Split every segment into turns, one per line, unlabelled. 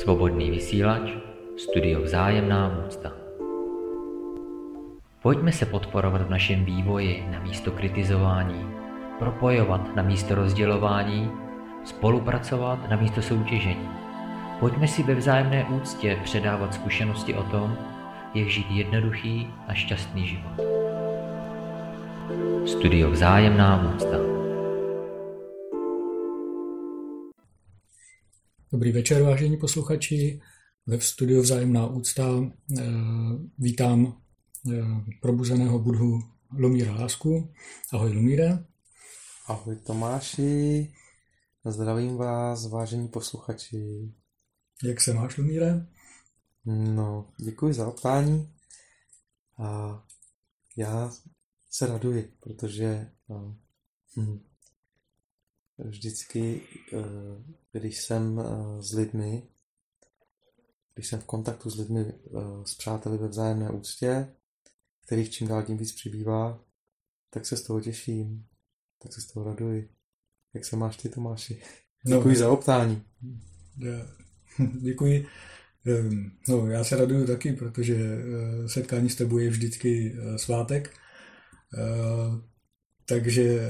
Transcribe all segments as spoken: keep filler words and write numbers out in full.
Svobodný vysílač, studio Vzájemná úcta. Pojďme se podporovat v našem vývoji na místo kritizování, propojovat na místo rozdělování, spolupracovat na místo soutěžení. Pojďme si ve vzájemné úctě předávat zkušenosti o tom, jak žít jednoduchý a šťastný život. Studio Vzájemná úcta.
Dobrý večer, vážení posluchači. Ve studiu Vzájemná úcta e, vítám e, probuzeného Budhu Lumíra Lásku. Ahoj, Lumíre.
Ahoj, Tomáši. Zdravím vás, vážení posluchači.
Jak se máš, Lumíre?
No, děkuji za optání. A já se raduji, protože no, hm, vždycky, když jsem s lidmi, když jsem v kontaktu s lidmi, s přáteli ve vzájemné úctě, kterých čím dál tím víc přibývá, tak se z toho těším, tak se z toho raduji. Jak se máš ty, Tomáši? Děkuji no, za optání.
Děkuji. No, já se raduju taky, protože setkání s tebou je vždycky svátek. Takže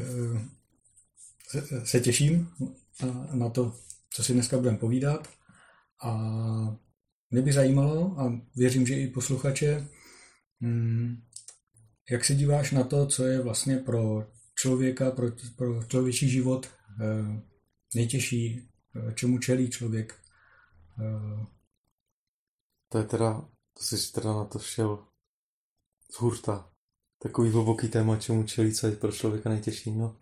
se těším na to, co si dneska budeme povídat. A mě by zajímalo, a věřím, že i posluchače, jak se díváš na to, co je vlastně pro člověka, pro, pro člověčí život nejtěžší, čemu čelí člověk.
To je teda, to jsi teda na to šel z hurta. Takový hluboký téma, čemu čelí, co je pro člověka nejtěžší. No.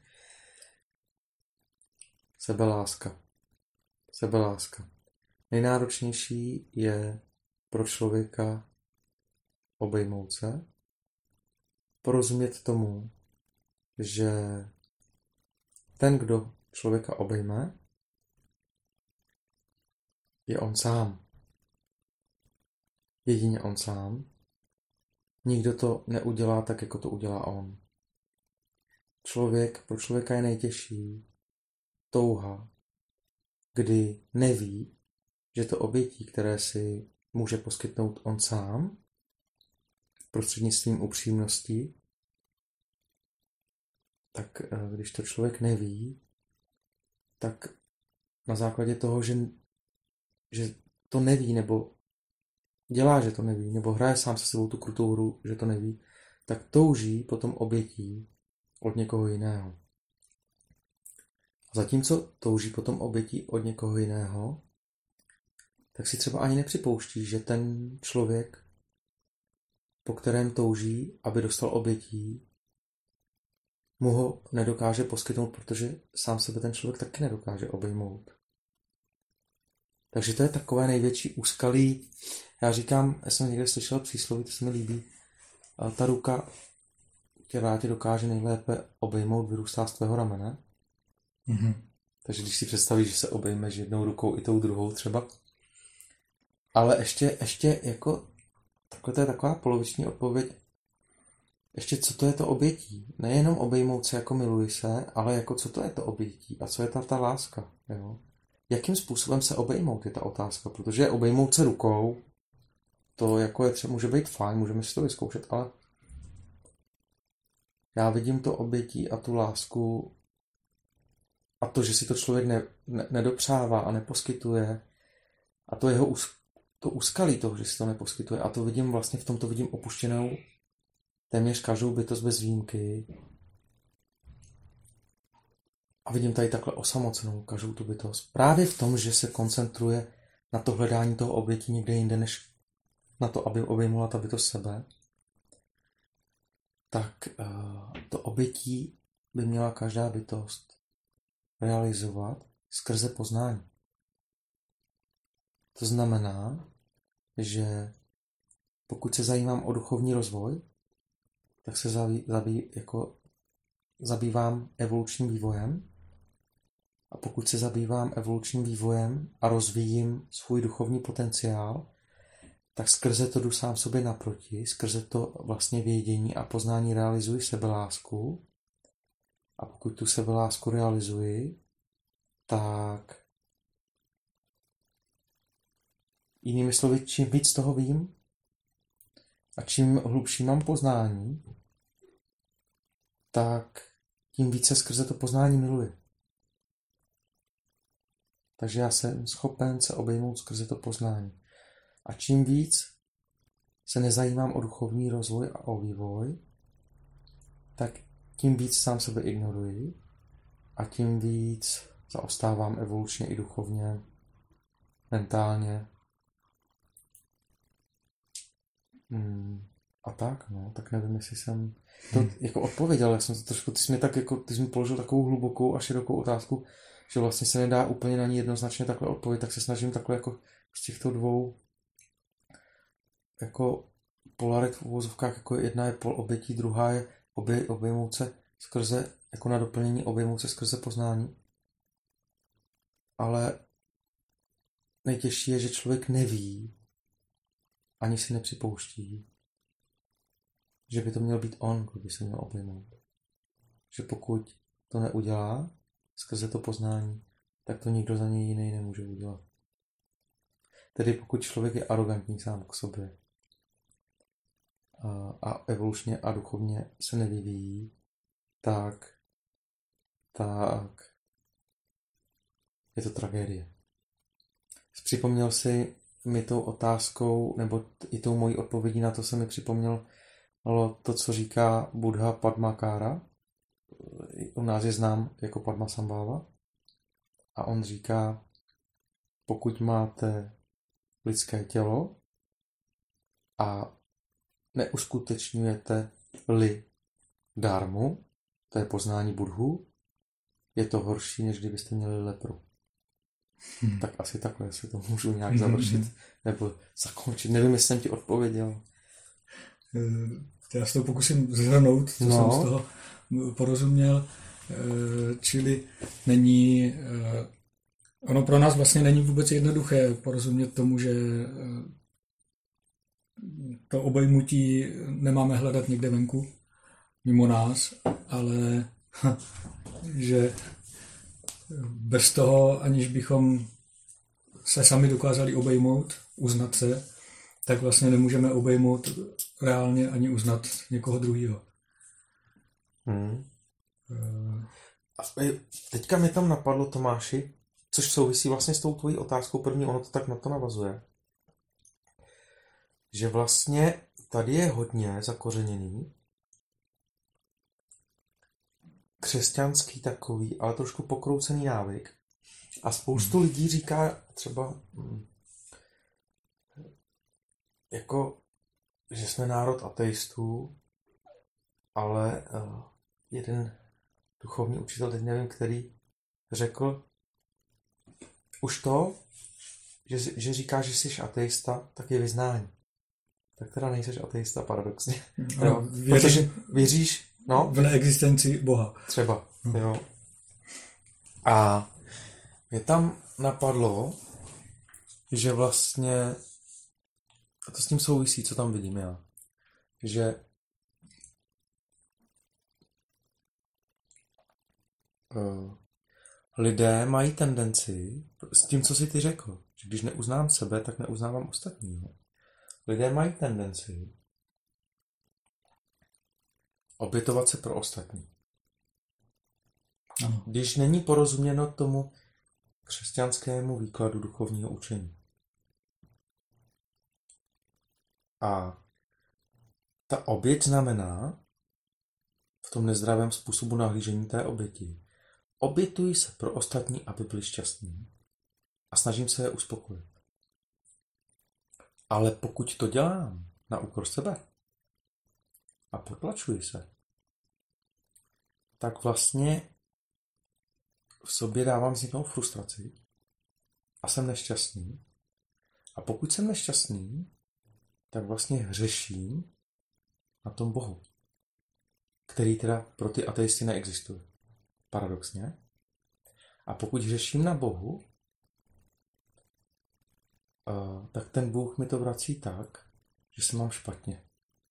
Sebeláska. Sebeláska. Nejnáročnější je pro člověka obejmout se, porozumět tomu, že ten, kdo člověka obejme, je on sám. Jedině on sám. Nikdo to neudělá tak, jako to udělá on. Člověk, pro člověka je nejtěžší touha, kdy neví, že to obětí, které si může poskytnout on sám, prostřednictvím upřímnosti, tak když to člověk neví, tak na základě toho, že, že to neví, nebo dělá, že to neví, nebo hraje sám se sebou tu krutou hru, že to neví, tak touží potom obětí od někoho jiného. Zatímco touží potom obětí od někoho jiného, tak si třeba ani nepřipouští, že ten člověk, po kterém touží, aby dostal obětí, mu ho nedokáže poskytnout, protože sám sebe ten člověk taky nedokáže obejmout. Takže to je takové největší úskalí. Já říkám, já jsem někde slyšel přísloví, to se mi líbí, ta ruka, která tě dokáže nejlépe obejmout, vyrůstá z tvého ramene. Mm-hmm. Takže když si představíš, že se obejmeš jednou rukou i tou druhou třeba. Ale ještě, ještě jako, takhle to je taková poloviční odpověď, ještě co to je to obětí. Nejenom obejmout se jako miluji se, ale jako co to je to obětí a co je ta, ta láska. Jo? Jakým způsobem se obejmout je ta otázka, protože obejmout se rukou, to jako je třeba, může být fajn, můžeme si to vyzkoušet, ale já vidím to obětí a tu lásku a to, že si to člověk ne, ne, nedopřává a neposkytuje a to jeho us, to úskalí toho, že si to neposkytuje a to vidím vlastně v tomto vidím opuštěnou téměř každou bytost bez výjimky a vidím tady takhle osamocenou každou tu bytost. Právě v tom, že se koncentruje na to hledání toho obětí někde jinde, než na to, aby obejmula ta bytost sebe, tak uh, to obětí by měla každá bytost realizovat skrze poznání. To znamená, že pokud se zajímám o duchovní rozvoj, tak se zabý, zabý, jako zabývám evolučním vývojem. A pokud se zabývám evolučním vývojem a rozvíjím svůj duchovní potenciál, tak skrze to jdu sám sobě naproti, skrze to vlastně vědění a poznání realizuji sebelásku. A pokud tu sebelásku realizuji, tak Jinými slovy, čím víc toho vím a čím hlubší mám poznání, tak tím více skrze to poznání miluji. Takže já jsem schopen se obejmout skrze to poznání. A čím víc se nezajímám o duchovní rozvoj a o vývoj, tak tím víc sám sebe ignoruji a tím víc zaostávám evolučně i duchovně, mentálně. Hmm. A tak, no, tak nevím, jestli jsem to hmm. jako odpověděl, já jsem to trošku, ty jsi mi tak jako, ty jsi mi položil takovou hlubokou a širokou otázku, že vlastně se nedá úplně na ní jednoznačně takhle odpovědět, tak se snažím takhle jako z těchto dvou jako polarit v uvozovkách, jako jedna je pol obětí, druhá je obě, obejmout se skrze, jako na doplnění obejmout se skrze poznání. Ale nejtěžší je, že člověk neví, ani si nepřipouští, že by to měl být on, kdo by se měl obejmout. Že pokud to neudělá skrze to poznání, tak to nikdo za něj jiný nemůže udělat. Tedy pokud člověk je arrogantní sám k sobě a, a evolučně a duchovně se nevyvíjí, tak, tak je to tragédie. Připomněl si mi tou otázkou, nebo i tou mojí odpovědí na to se mi připomnělo to, co říká Buddha Padmakara. U nás je znám jako Padmasambhava. A on říká, pokud máte lidské tělo a neuskutečňujete-li dharmu, to je poznání Budhu, je to horší, než kdybyste měli lepru. Hmm. Tak asi takhle si to můžu nějak završit hmm. nebo zakončit. Nevím, jestli jsem ti odpověděl.
Já se to pokusím zhrnout, co no. jsem z toho porozuměl. Čili není... Ono pro nás vlastně není vůbec jednoduché porozumět tomu, že to obejmutí nemáme hledat někde venku, mimo nás, ale že bez toho, aniž bychom se sami dokázali obejmout, uznat se, tak vlastně nemůžeme obejmout reálně ani uznat někoho druhého.
Hmm. A teďka mi tam napadlo, Tomáši, což souvisí vlastně s tou tvojí otázkou první, ono to tak na to navazuje, že vlastně tady je hodně zakořeněný křesťanský takový, ale trošku pokroucený návyk. A spoustu hmm. lidí říká třeba jako, že jsme národ ateistů, ale uh, jeden duchovní učitel, teď nevím který, řekl, už to, že, že říká, že jsi ateista, tak je vyznání. Tak teda nejseš ateista, paradoxně.
No,
jo, věřím, protože věříš no,
v neexistenci Boha.
Třeba, no. Jo. A mě tam napadlo, že vlastně, a to s tím souvisí, co tam vidím já, že uh, lidé mají tendenci, s tím, co jsi ty řekl, že když neuznám sebe, tak neuznávám ostatního. Lidé mají tendenci obětovat se pro ostatní.
Ano.
Když není porozuměno tomu křesťanskému výkladu duchovního učení. A ta oběť znamená v tom nezdravém způsobu nahlížení té oběti. Obětuji se pro ostatní, aby byli šťastní a snažím se je uspokojit. Ale pokud to dělám na úkor sebe a potlačuji se, tak vlastně v sobě dávám vzniknout frustraci a jsem nešťastný. A pokud jsem nešťastný, tak vlastně hřeším na tom Bohu, který teda pro ty ateisty neexistuje. Paradoxně. A pokud hřeším na Bohu, Uh, tak ten Bůh mi to vrací tak, že se mám špatně.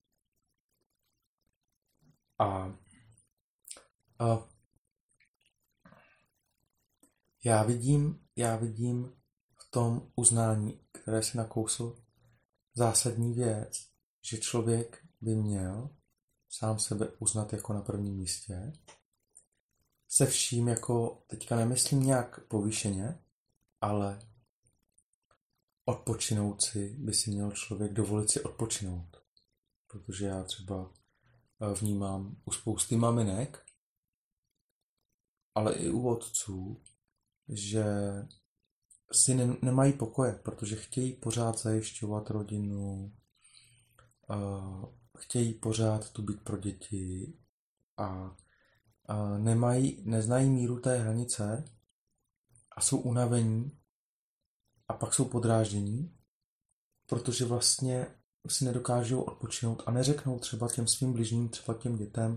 A uh, já vidím, já vidím v tom uznání, které si nakousl, zásadní věc, že člověk by měl sám sebe uznat jako na prvním místě. Se vším, jako teďka nemyslím nějak povýšeně, ale odpočinout si by si měl člověk dovolit si odpočinout. Protože já třeba vnímám u spousty maminek, ale i u otců, že si ne- nemají pokoje, protože chtějí pořád zajišťovat rodinu, uh, chtějí pořád tu být pro děti a uh, nemají, neznají míru té hranice a jsou unavení a pak jsou podráždění, protože vlastně si nedokážou odpočinout a neřeknou třeba těm svým bližním, třeba těm dětem,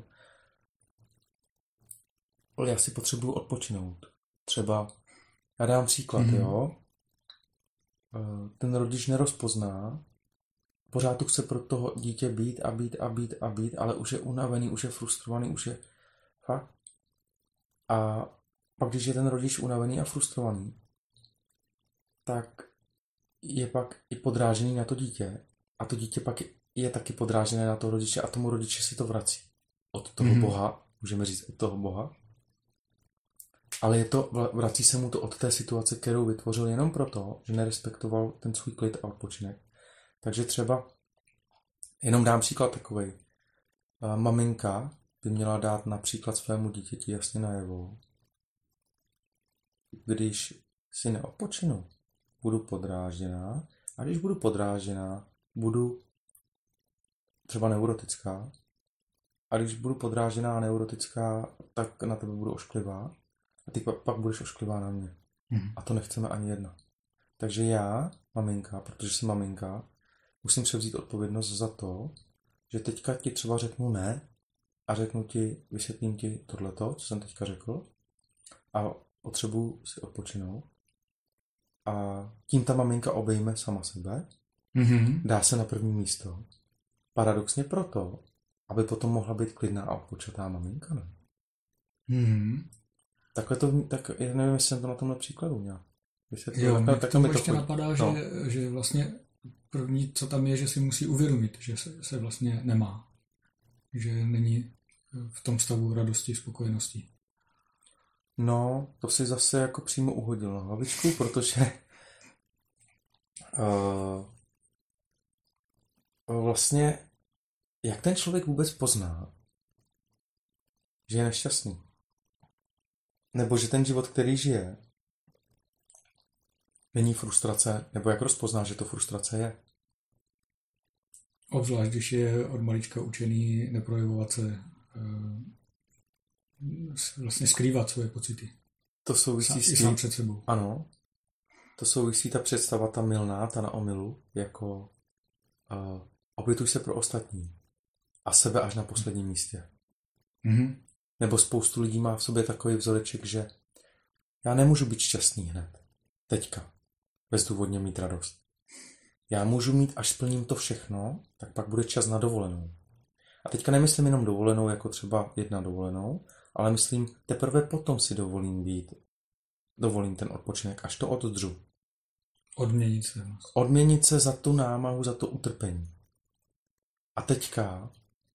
já si potřebuju odpočinout. Třeba, já dám příklad, mm-hmm. jo, ten rodič nerozpozná, pořád tu chce pro toho dítě být a být a být a být, ale už je unavený, už je frustrovaný, už je fakt. A pak, když je ten rodič unavený a frustrovaný, tak je pak i podrážený na to dítě a to dítě pak je taky podrážené na toho rodiče a tomu rodiče si to vrací od toho mm-hmm. Boha, můžeme říct od toho Boha, ale je to, vrací se mu to od té situace, kterou vytvořil jenom proto, že nerespektoval ten svůj klid a odpočinek. Takže třeba, jenom dám příklad takovej, maminka by měla dát například svému dítěti jasně najevo, když si neodpočinu, budu podrážděná a když budu podrážděná, budu třeba neurotická a když budu podrážděná a neurotická, tak na tebe budu ošklivá a ty pak, pak budeš ošklivá na mě. Hmm. A to nechceme ani jedna. Takže já, maminka, protože jsem maminka, musím převzít odpovědnost za to, že teďka ti třeba řeknu ne a řeknu ti, vysvětlím ti tohleto, co jsem teďka řekl a potřebuji si odpočinout. A tím ta maminka obejme sama sebe, mm-hmm. dá se na první místo. Paradoxně proto, aby potom mohla být klidná a odpočatá maminka, ne?
Mm-hmm.
Takhle to, tak já nevím, jestli jsem to na tomhle příkladu měl.
Jo, takhle, mě k tomu ještě to napadá, no. že, že vlastně první, co tam je, že si musí uvědomit, že se, se vlastně nemá. Že není v tom stavu radosti, spokojenosti.
No, to si zase jako přímo uhodil na hlavičku, protože uh, vlastně jak ten člověk vůbec pozná, že je nešťastný? Nebo že ten život, který žije, není frustrace, nebo jak rozpozná, že to frustrace je?
Obzvlášť, když je od malička učený neprojevovat se, vlastně skrývat svoje pocity.
To souvisí
sám,
s tím,
sám před sebou.
Ano. To souvisí ta představa, ta mylná, ta na omylu, jako uh, obětuj se pro ostatní a sebe až na posledním místě.
Mm-hmm.
Nebo spoustu lidí má v sobě takový vzoreček, že já nemůžu být šťastný hned. Teďka. Bezdůvodně mít radost. Já můžu mít, až splním to všechno, tak pak bude čas na dovolenou. A teďka nemyslím jenom dovolenou, jako třeba jedna dovolenou, ale myslím, teprve potom si dovolím být, dovolím ten odpočinek, až to oddřu.
Odměnit se.
Odměnit se za tu námahu, za to utrpení. A teďka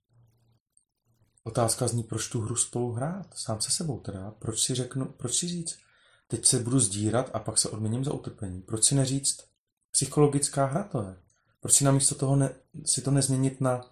otázka zní, proč tu hru spolu hrát, sám se sebou teda, proč si řeknu, proč si říct, teď se budu sdírat a pak se odměním za utrpení. Proč si neříct, psychologická hra to je. Proč si namísto toho ne, si to nezměnit na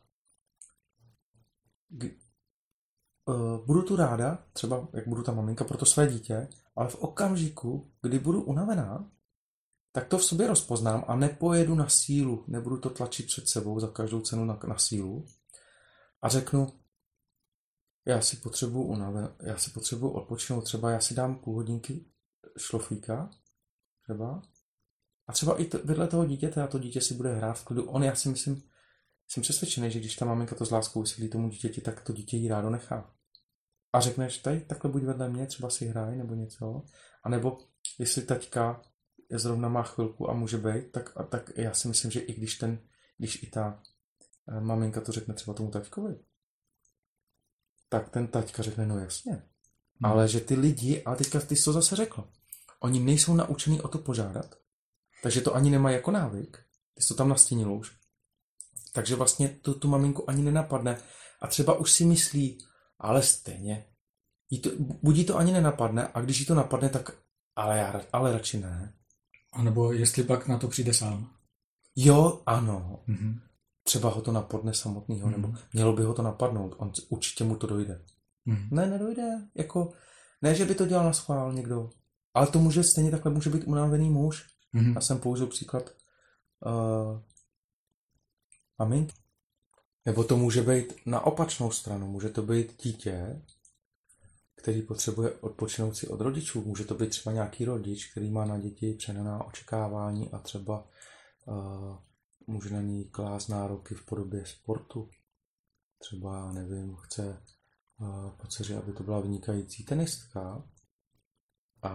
g, uh, budu tu ráda, třeba jak budu ta maminka pro to své dítě, ale v okamžiku, kdy budu unavená, tak to v sobě rozpoznám a nepojedu na sílu, nebudu to tlačit před sebou za každou cenu na, na sílu a řeknu, já si potřebuji unaven, já si potřebuji odpočinout, třeba já si dám půl hodinky šlofíka, třeba, a třeba i to, vedle toho dítěte a to dítě si bude hrát v klidu. On, já si myslím, jsem přesvědčený, že když ta maminka to s láskou vysvětlí tomu dítěti, tak to dítě jí rádo nechá. A řekneš, tady takhle buď vedle mě, třeba si hraj nebo něco, a nebo jestli taťka zrovna má chvilku a může být, tak, a tak já si myslím, že i když ten, když i ta maminka to řekne třeba tomu taťkovi, tak ten taťka řekne, no jasně. Hmm. Ale že ty lidi, ale teďka ty jsi to zase řekl, oni nejsou naučený o to požádat Takže to ani nemají jako návyk. Ty jsi to tam nastínil už. Takže vlastně tu, tu maminku ani nenapadne. A třeba už si myslí, ale stejně. Jí to, buď jí to ani nenapadne, a když jí to napadne, tak ale, já, ale radši ne.
A nebo jestli pak na to přijde sám.
Jo, ano.
Mm-hmm.
Třeba ho to napadne samotného,
Mm-hmm.
nebo mělo by ho to napadnout. On, určitě mu to dojde.
Mm-hmm.
Ne, nedojde. Jako, ne, že by to dělal na schvál někdo. Ale to může stejně takhle může být unavený muž.
Mm-hmm.
Já jsem použil příklad uh, maminky. Nebo to může být na opačnou stranu. Může to být dítě, který potřebuje odpočinout si od rodičů. Může to být třeba nějaký rodič, který má na děti přenaná očekávání a třeba uh, může na ní klást nároky v podobě sportu. Třeba, nevím, chce uh, po dceři, aby to byla vynikající tenistka. A,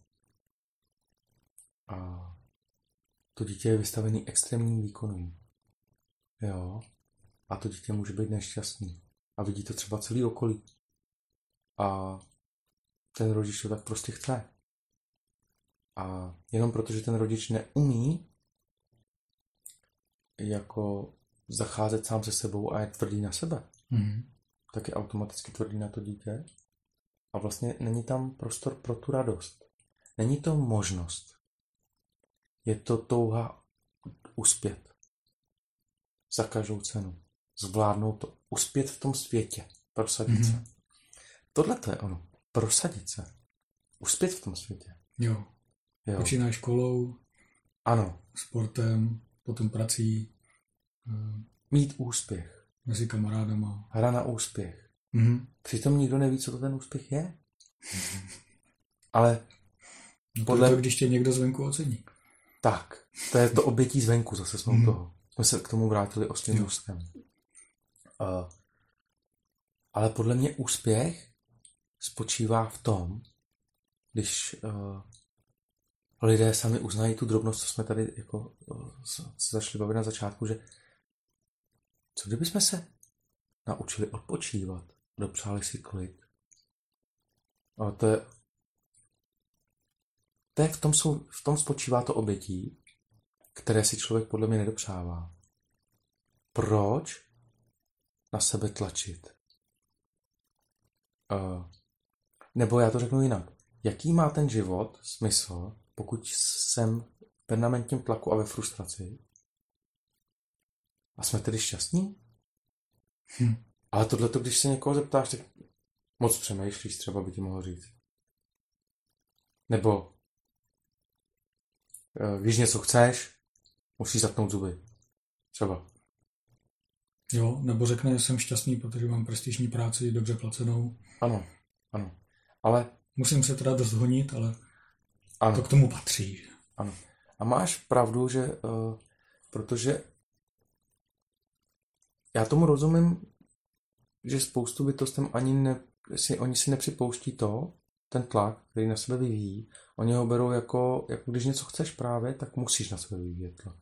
a to dítě je vystavený extrémním výkonům. Jo. A to dítě může být nešťastný. A vidí to třeba celý okolí. A ten rodič to tak prostě chce. A jenom protože ten rodič neumí jako zacházet sám se sebou a je tvrdý na sebe,
Mm-hmm.
tak je automaticky tvrdý na to dítě. A vlastně není tam prostor pro tu radost. Není to možnost. Je to touha uspět. Za každou cenu. Zvládnout to. Uspět v tom světě. Prosadit mm-hmm. se. Tohle to je ono. Prosadit se. Uspět v tom světě.
Jo.
Jo.
Počínáš školou,
Ano.
sportem, potom prací,
Mít úspěch.
mezi kamarádama.
Hra na úspěch.
Mm-hmm.
Přitom nikdo neví, co to ten úspěch je. Ale
No
podle...
to je to, když tě někdo zvenku ocení.
Tak. To je to obětí zvenku, zase jsme
Mm-hmm.
u toho. Jsme se k tomu vrátili ostrým ústem. Uh, ale podle mě úspěch spočívá v tom, když uh, lidé sami uznají tu drobnost, co jsme tady jako uh, začali bavit na začátku, že co kdybychom se naučili odpočívat, dopřáli si klid. Ale to je, to je v, tom jsou, v tom spočívá to obětí, které si člověk podle mě nedopřává. Proč na sebe tlačit? Uh, nebo já to řeknu jinak. Jaký má ten život smysl, pokud jsem v permanentním tlaku a ve frustraci? A jsme tedy šťastní?
Hm.
Ale tohleto, když se někoho zeptáš, tak moc přemýšlíš, třeba by ti mohl říct. Nebo když něco chceš, musíš zatnout zuby. Třeba.
Jo, nebo řekne, že jsem šťastný, protože mám prestižní práci, dobře placenou.
Ano, ano. Ale
musím se teda dost honit, ale
ano.
To k tomu patří.
Ano. A máš pravdu, že uh, protože já tomu rozumím, že spoustu bytostem ani ne, si, oni si nepřipouští to, ten tlak, který na sebe vyvíjí. Oni ho berou jako, jako když něco chceš právě, tak musíš na sebe vyvíjet tlak.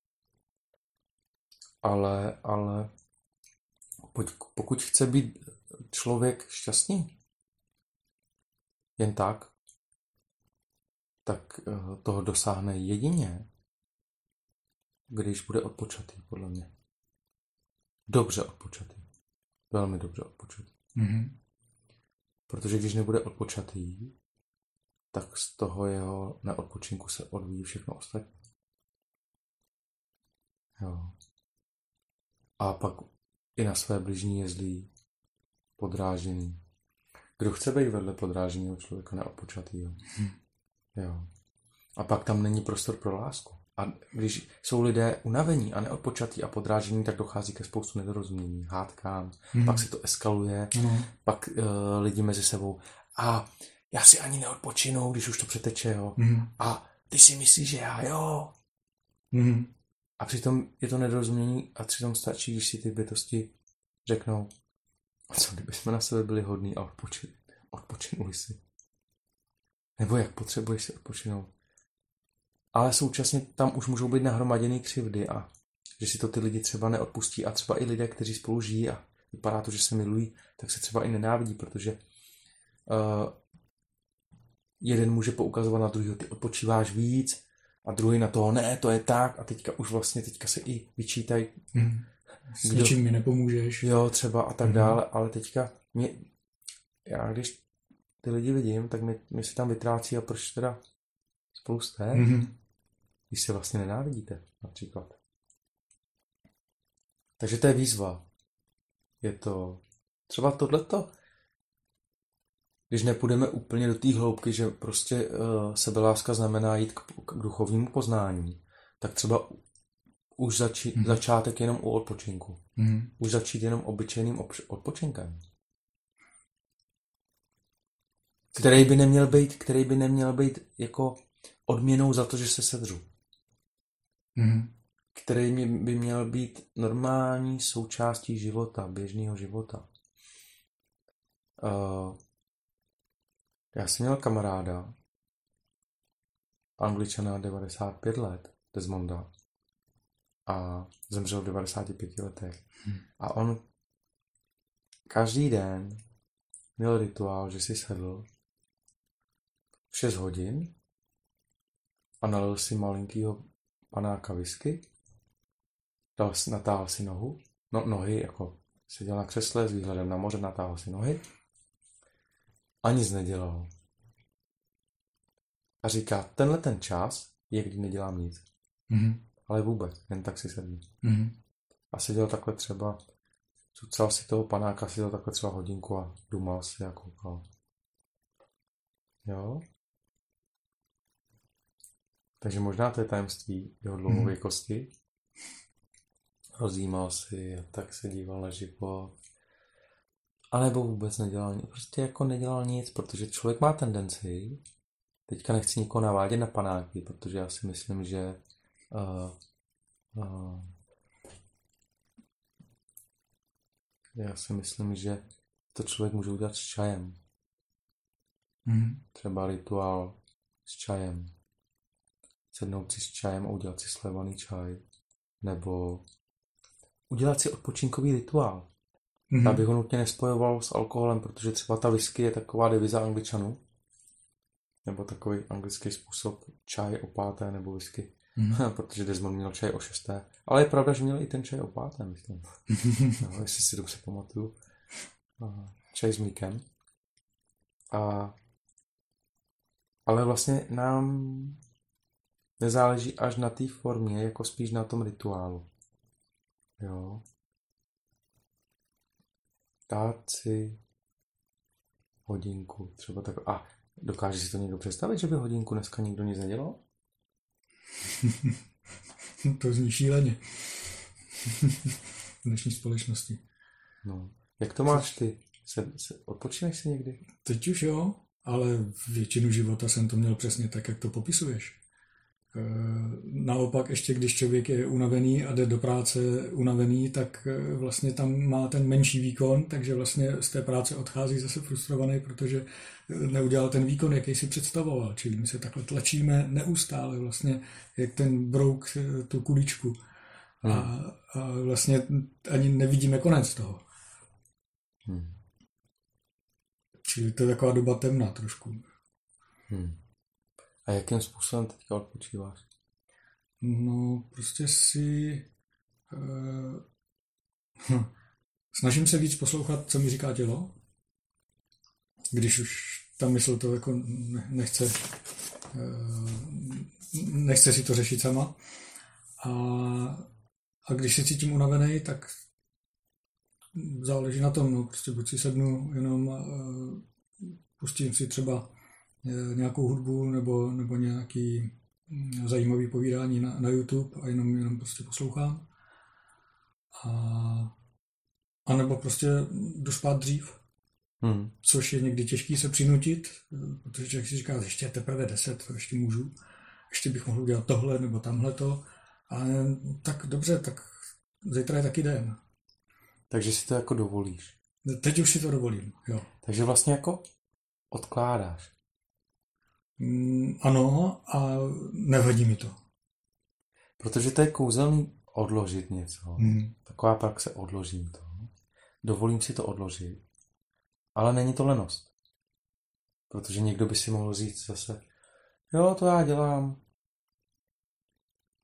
Ale, ale pokud chce být člověk šťastný, jen tak, tak toho dosáhne jedině, když bude odpočatý, podle mě. Dobře odpočatý. Velmi dobře odpočatý.
Mm-hmm.
Protože když nebude odpočatý, tak z toho jeho neodpočinku se odvíjí všechno ostatní. Jo. A pak i na své bližní je zlý, podrážený. Kdo chce být vedle podráženého člověka neodpočatýho?
Hmm.
Jo. A pak tam není prostor pro lásku. A když jsou lidé unavení a neodpočatí a podrážení, tak dochází ke spoustu nedorozumění, hádkám, hmm. pak se to eskaluje, hmm. pak uh, lidi mezi sebou. A já si ani neodpočinu, když už to přeteče, jo. Hmm. A ty si myslíš, že já, jo.
Hmm.
A přitom je to nedorozumění a přitom stačí, když si ty bytosti řeknou, a co kdyby jsme na sebe byli hodní a odpočinuli, odpočinuli si. Nebo jak potřebuješ si odpočinout. Ale současně tam už můžou být nahromaděný křivdy a že si to ty lidi třeba neodpustí a třeba i lidé, kteří spolu žijí a vypadá to, že se milují, tak se třeba i nenávidí, protože uh, jeden může poukazovat na druhého, ty odpočíváš víc, A druhý na toho, ne, to je tak. A teďka už vlastně teďka se i vyčítají.
Hmm. S kdo, ničím mi nepomůžeš.
Jo, třeba a tak
hmm.
dále. Ale teďka mě, já když ty lidi vidím, tak mi, mi se tam vytrácí a proč teda spolu jste, hmm. když se vlastně nenávidíte například. Takže to je výzva. Je to třeba tohleto, když nepůjdeme úplně do té hloubky, že prostě uh, sebeláska znamená jít k, k duchovnímu poznání, tak třeba už začít, mm. začátek jenom u odpočinku. Mm. Už začít jenom obyčejným obš- odpočinkem. Který by neměl být, který by neměl být jako odměnou za to, že se sedřu. Mm. Který by měl být normální součástí života, běžného života. Uh, já jsem měl kamaráda, Angličana, devadesát pět let, Desmonda, a zemřel v devadesáti pěti letech. Hmm. A on každý den měl rituál, že si sedl v šest hodin a nalil si malinkýho panáka whisky, dal, natáhl si nohu, no, nohy, jako seděl na křesle s výhledem na moře, natáhl si nohy a nic nedělal. A říká, tenhle ten čas je, kdy nedělám nic. Mm-hmm. Ale vůbec, jen tak si sedí. Mm-hmm. A seděl takhle třeba, cucal si toho panáka, seděl takhle třeba hodinku a dumal si a koukal. Jo? Takže možná to je tajemství jeho dlouhověkosti. Mm-hmm. Rozjímal si a tak se díval na život. A nebo vůbec nedělal nic. Prostě jako nedělal nic, protože člověk má tendenci, teďka nechci nikoho navádět na panáky, protože já si myslím, že uh, uh, já si myslím, že to člověk může udělat s čajem. Mm. Třeba rituál s čajem. Sednout si s čajem a udělat si slévaný čaj. Nebo udělat si odpočinkový rituál. Mm-hmm. Abych ho nutně nespojoval s alkoholem, protože třeba ta whisky je taková deviza Angličanů. Nebo takový anglický způsob čaj o páté nebo whisky. Mm-hmm. Protože Desmond měl čaj o šesté. Ale je pravda, že měl i ten čaj o páté, myslím. No, jestli si dobře pamatuju. Čaj s mlíkem. A... Ale vlastně nám nezáleží až na té formě, jako spíš na tom rituálu. Jo. Dát si hodinku, třeba tak. A dokáže si to někdo představit, že by hodinku dneska nikdo nic nedělal?
To zní šíleně. V dnešní společnosti.
No. Jak to máš ty? Se, se, odpočíneš si někdy?
Teď už jo, ale většinu života jsem to měl přesně tak, jak to popisuješ. Naopak ještě, když člověk je unavený a jde do práce unavený, tak vlastně tam má ten menší výkon, takže vlastně z té práce odchází zase frustrovaný, protože neudělal ten výkon, jaký si představoval. Čili my se takhle tlačíme neustále vlastně, jak ten brouk tu kuličku. Hmm. A, a vlastně ani nevidíme konec toho. Hmm. Čili to je taková doba temná trošku. Hmm.
A jakým způsobem teďka odpočíváš?
No, prostě si... Uh, hm, snažím se víc poslouchat, co mi říká tělo. Když už ta mysl to jako nechce... Uh, nechce si to řešit sama. A, a když se cítím unavený, tak záleží na tom, no, prostě buď si sednu, jenom uh, pustím si třeba nějakou hudbu nebo, nebo nějaký zajímavý povídání na, na YouTube a jenom, jenom prostě poslouchám. A, a nebo prostě jdu spát dřív. Hmm. Což je někdy těžký se přinutit, protože člověk si říká, ještě je teprve deset, to ještě můžu. Ještě bych mohl udělat tohle nebo tamhleto. Ale tak dobře, tak zítra je taky den.
Takže si to jako dovolíš.
Teď už si to dovolím, jo.
Takže vlastně jako odkládáš.
Mm, ano, a nevadí mi to.
Protože to je kouzelný odložit něco. Hmm. Taková praxe odložím to. Dovolím si to odložit. Ale není to lenost. Protože někdo by si mohl říct zase, jo, to já dělám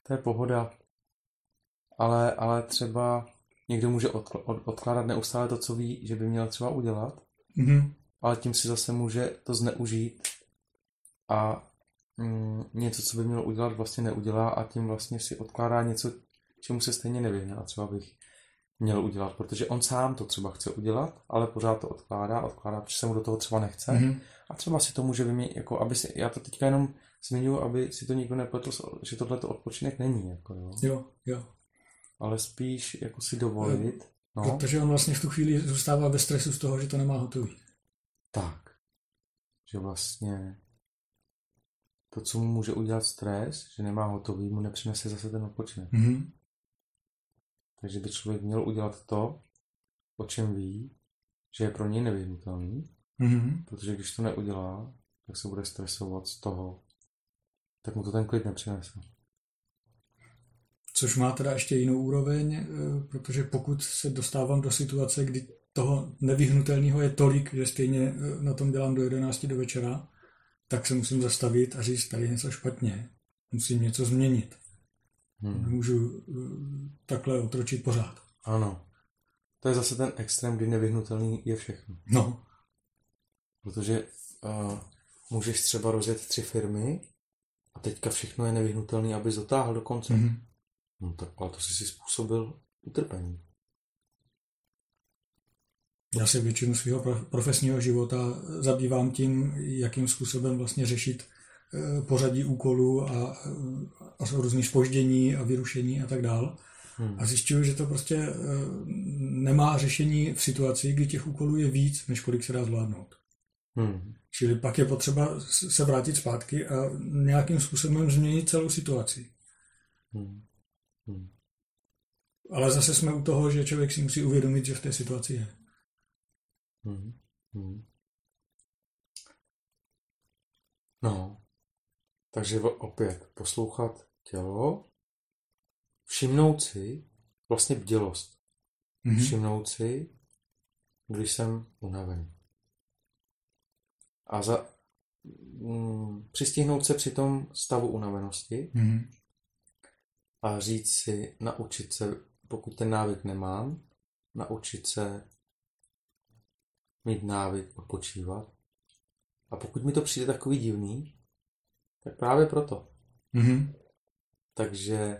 to je pohoda. Ale, ale třeba někdo může odkl- od, odkládat neustále to, co ví, že by měl třeba udělat,
Mm-hmm.
ale tím si zase může to zneužít a mm, něco, co by měl udělat, vlastně neudělá a tím vlastně si odkládá něco, čemu se stejně nevyhne a třeba bych měl udělat, protože on sám to třeba chce udělat, ale pořád to odkládá, odkládá, protože se mu do toho třeba nechce
Mm-hmm.
a třeba si to může vyměnit, jako aby si, já to teďka jenom zmiňuji, aby si to nikdo nepletl, že tohleto odpočinek není, jako jo.
Jo, jo.
Ale spíš jako si dovolit, no.
Protože on vlastně v tu chvíli zůstává ve stresu z toho, že to nemá hotový.
Tak, že vlastně to, co mu může udělat stres, že nemá hotový, mu nepřinese zase ten odpočinek.
Mm-hmm.
Takže by člověk měl udělat to, o čem ví, že je pro něj nevyhnutelný,
Mm-hmm.
protože když to neudělá, tak se bude stresovat z toho, tak mu to ten klid nepřinese.
Což má teda ještě jinou úroveň, protože pokud se dostávám do situace, kdy toho nevyhnutelného je tolik, že stejně na tom dělám do jedenácti do večera, tak se musím zastavit a říct, tady je něco špatně. Musím něco změnit.
Hmm.
Můžu takhle otročit pořád.
Ano. To je zase ten extrém, kdy nevyhnutelný je všechno.
No.
Protože uh, můžeš třeba rozjet tři firmy a teďka všechno je nevyhnutelný, abys dotáhl do konce.
Mm-hmm.
No tak, ale to jsi si způsobil utrpení.
Já se většinu svého profesního života zabývám tím, jakým způsobem vlastně řešit pořadí úkolů a, a různý zpoždění a vyrušení a tak dál. Hmm. A zjišťuju, že to prostě nemá řešení v situaci, kdy těch úkolů je víc, než kolik se dá zvládnout. Hmm. Čili pak je potřeba se vrátit zpátky a nějakým způsobem změnit celou situaci. Hmm. Hmm. Ale zase jsme u toho, že člověk si musí uvědomit, že v té situaci je.
Hmm. Hmm. No, takže opět poslouchat tělo, všimnout si vlastně bdělost. Mm-hmm. Všimnout si, když jsem unavený. A za, mm, přistihnout se při tom stavu unavenosti mm-hmm. a říct si, naučit se, pokud ten návyk nemám, naučit se mít návyk odpočívat. A pokud mi to přijde takový divný, tak právě proto. Mm-hmm. Takže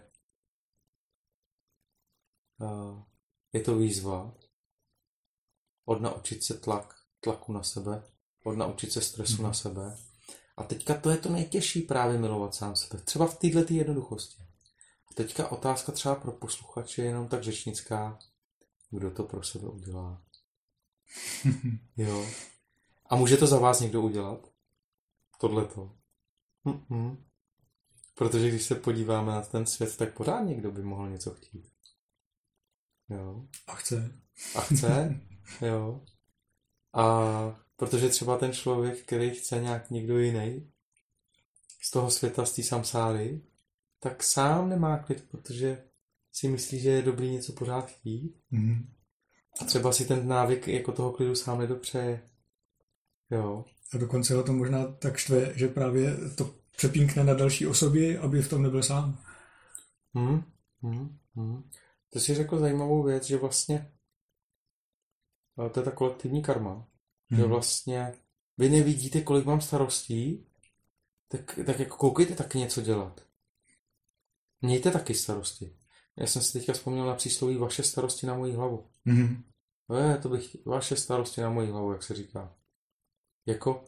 uh, je to výzva odnaučit se tlak, tlaku na sebe, odnaučit se stresu mm-hmm. na sebe. A teďka to je to nejtěžší právě milovat sám sebe. Třeba v této jednoduchosti. A teďka otázka třeba pro posluchače je jenom tak řečnická, kdo to pro sebe udělá. Jo. A může to za vás někdo udělat? Tohleto. Mm-mm. Protože když se podíváme na ten svět, tak pořád někdo by mohl něco chtít. Jo.
A chce.
A chce, jo. A protože třeba ten člověk, který chce nějak někdo jiný z toho světa, z té samsáry, tak sám nemá klid, protože si myslí, že je dobrý něco pořád chtít. Mm. A třeba si ten návyk jako toho klidu sám nedopřeje. Jo.
A dokonce ho to možná tak štve, že právě to přepínkne na další osoby, aby v tom nebyl sám.
Hmm, hmm, hmm. To jsi řekl zajímavou věc, že vlastně to je ta kolektivní karma. Hmm. Že vlastně vy nevidíte, kolik mám starostí, tak, tak jako koukejte taky něco dělat. Mějte taky starosti. Já jsem si teďka vzpomněl na přísloví vaše starosti na moji hlavu. Hmm. Je, to bych, vaše starosti na moji hlavu, jak se říká. Jako,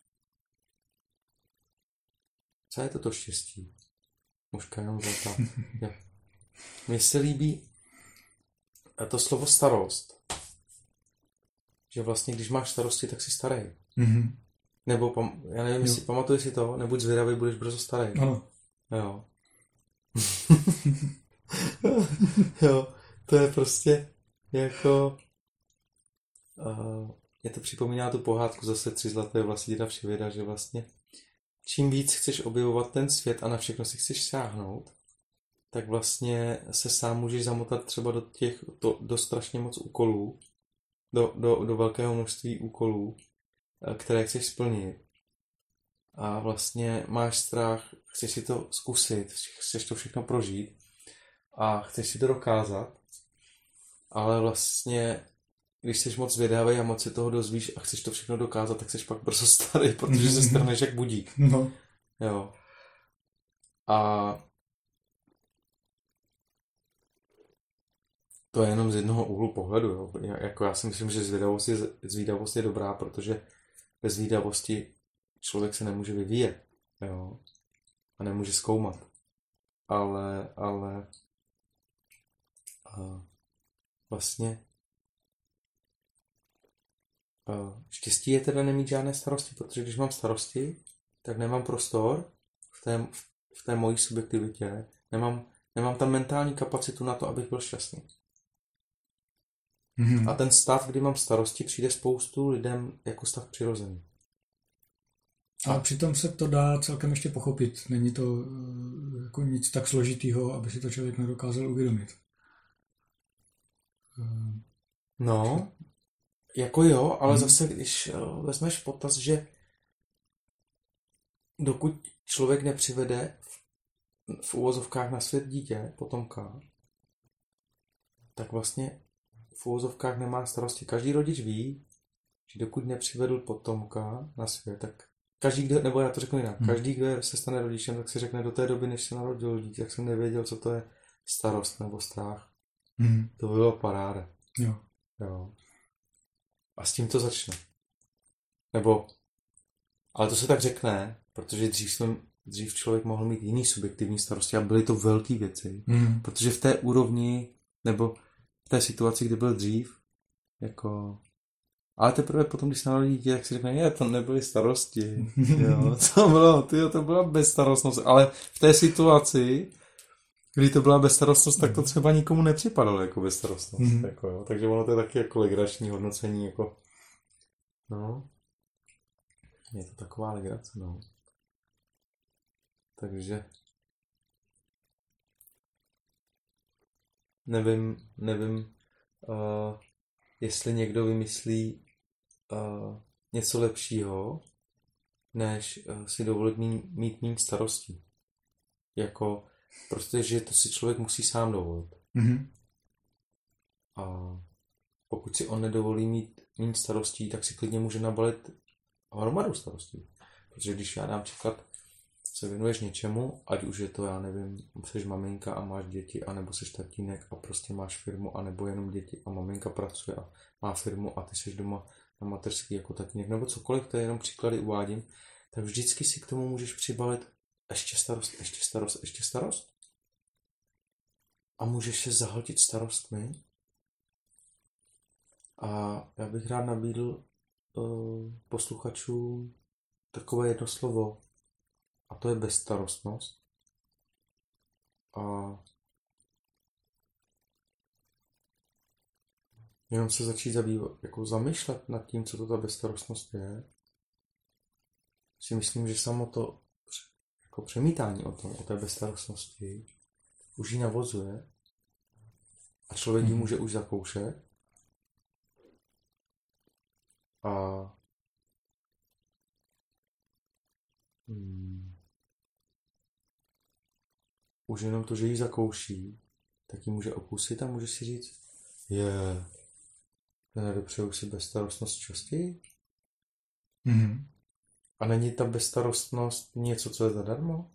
co je toto štěstí? Mužka jenom zlatá. Mně se líbí to slovo starost. Že vlastně, když máš starosti, tak jsi starý. Mm-hmm. Nebo, já nevím, jestli pamatuješ si to, nebuď zvědavý, budeš brzo starý.
Ano.
Jo. Jo, to je prostě jako... Uh, mě to připomíná tu pohádku zase Tři zlaté vlasy děda Vševěda, že vlastně čím víc chceš objevovat ten svět a na všechno si chceš sáhnout, tak vlastně se sám můžeš zamotat třeba do těch, do, do strašně moc úkolů, do, do, do velkého množství úkolů, které chceš splnit. a vlastně máš strach, chceš si to zkusit, chceš to všechno prožít a chceš si to dokázat, ale vlastně, když jsi moc zvědavý a moc si toho dozvíš a chceš to všechno dokázat, tak jsi pak brzo starý, protože se strneš jak budík.
No.
Jo. A to je jenom z jednoho úhlu pohledu. Jo. Jako já si myslím, že zvědavost je, zvědavost je dobrá, protože bez zvědavosti člověk se nemůže vyvíjet. Jo. A nemůže zkoumat. Ale, ale a vlastně a štěstí je teda nemít žádné starosti, protože když mám starosti, tak nemám prostor v té, v té mojí subjektivitě, nemám, nemám tam mentální kapacitu na to, abych byl šťastný. Mm-hmm. A ten stav, kdy mám starosti, přijde spoustu lidem jako stav přirozený.
A přitom se to dá celkem ještě pochopit. Není to jako nic tak složitýho, aby si to člověk nedokázal uvědomit.
No, jako jo, ale hmm. zase, když vezmeš v potaz, že dokud člověk nepřivede v, v uvozovkách na svět dítě, potomka, tak vlastně v uvozovkách nemá starosti. Každý rodič ví, že dokud nepřivedl potomka na svět, tak každý, kdo, nebo já to řeknu jinak, hmm. každý, kdo se stane rodičem, tak si řekne do té doby, než se narodil dítě, tak jsem nevěděl, co to je starost nebo strach. Hmm. To bylo paráda.
Jo.
Jo. A s tím to začne. Nebo, ale to se tak řekne, protože dřív, jsem, dřív člověk mohl mít jiný subjektivní starosti a byly to velké věci. Hmm. Protože v té úrovni, nebo v té situaci, kdy byl dřív, jako... Ale teprve potom, když se narodí dítě, tak si řekne, ne, to nebyly starosti. Jo, to bylo, tyjo, to byla bezstarostnost. Ale v té situaci, kdy to byla bezstarostnost, tak to třeba nikomu nepřipadalo jako bezstarostnost. Mm. Jako, jo. Takže ono to je taky jako legrační hodnocení. Jako... No. Je to taková legrace, no. Takže nevím, nevím, uh, jestli někdo vymyslí uh, něco lepšího, než uh, si dovolit mít, mít méně starostí. Jako, protože to si člověk musí sám dovolit. Mm-hmm. A pokud si on nedovolí mít méně starostí, tak si klidně může nabalit hromadu starostí. Protože když já dám příklad, se věnuješ něčemu, ať už je to, já nevím, jsi maminka a máš děti, anebo jsi tatínek a prostě máš firmu, anebo jenom děti a maminka pracuje a má firmu a ty jsi doma na mateřský jako tatínek, nebo cokoliv, to je jenom příklady uvádím, tak vždycky si k tomu můžeš přibalit ještě starost, ještě starost, ještě starost. A můžeš se zahltit starostmi. A já bych rád nabídl uh, posluchačům takové jedno slovo, a to je bezstarostnost. A jenom se začít zabývat, jako zamýšlet nad tím, co to ta bezstarostnost je. Si myslím, že samo to jako přemítání o tom, o té bezstarostnosti už ji navozuje a člověk ji může už zakoušet. A hmm, už jenom to, že ji zakouší, tak ji může okusit a může si říct, je, nedopřeju si bezstarostnost častěji? Mm-hmm. A není ta bezstarostnost něco, co je zadarmo?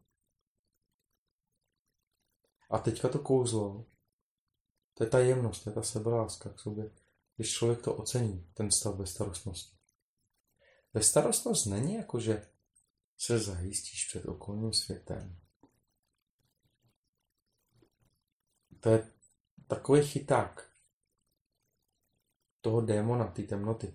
A teďka to kouzlo, to je ta jemnost, to je ta sebeláska k sobě, když člověk to ocení, ten stav bezstarostnosti. Bezstarostnost není jako, že se zajistíš před okolním světem. To je takový chyták toho démona, té temnoty.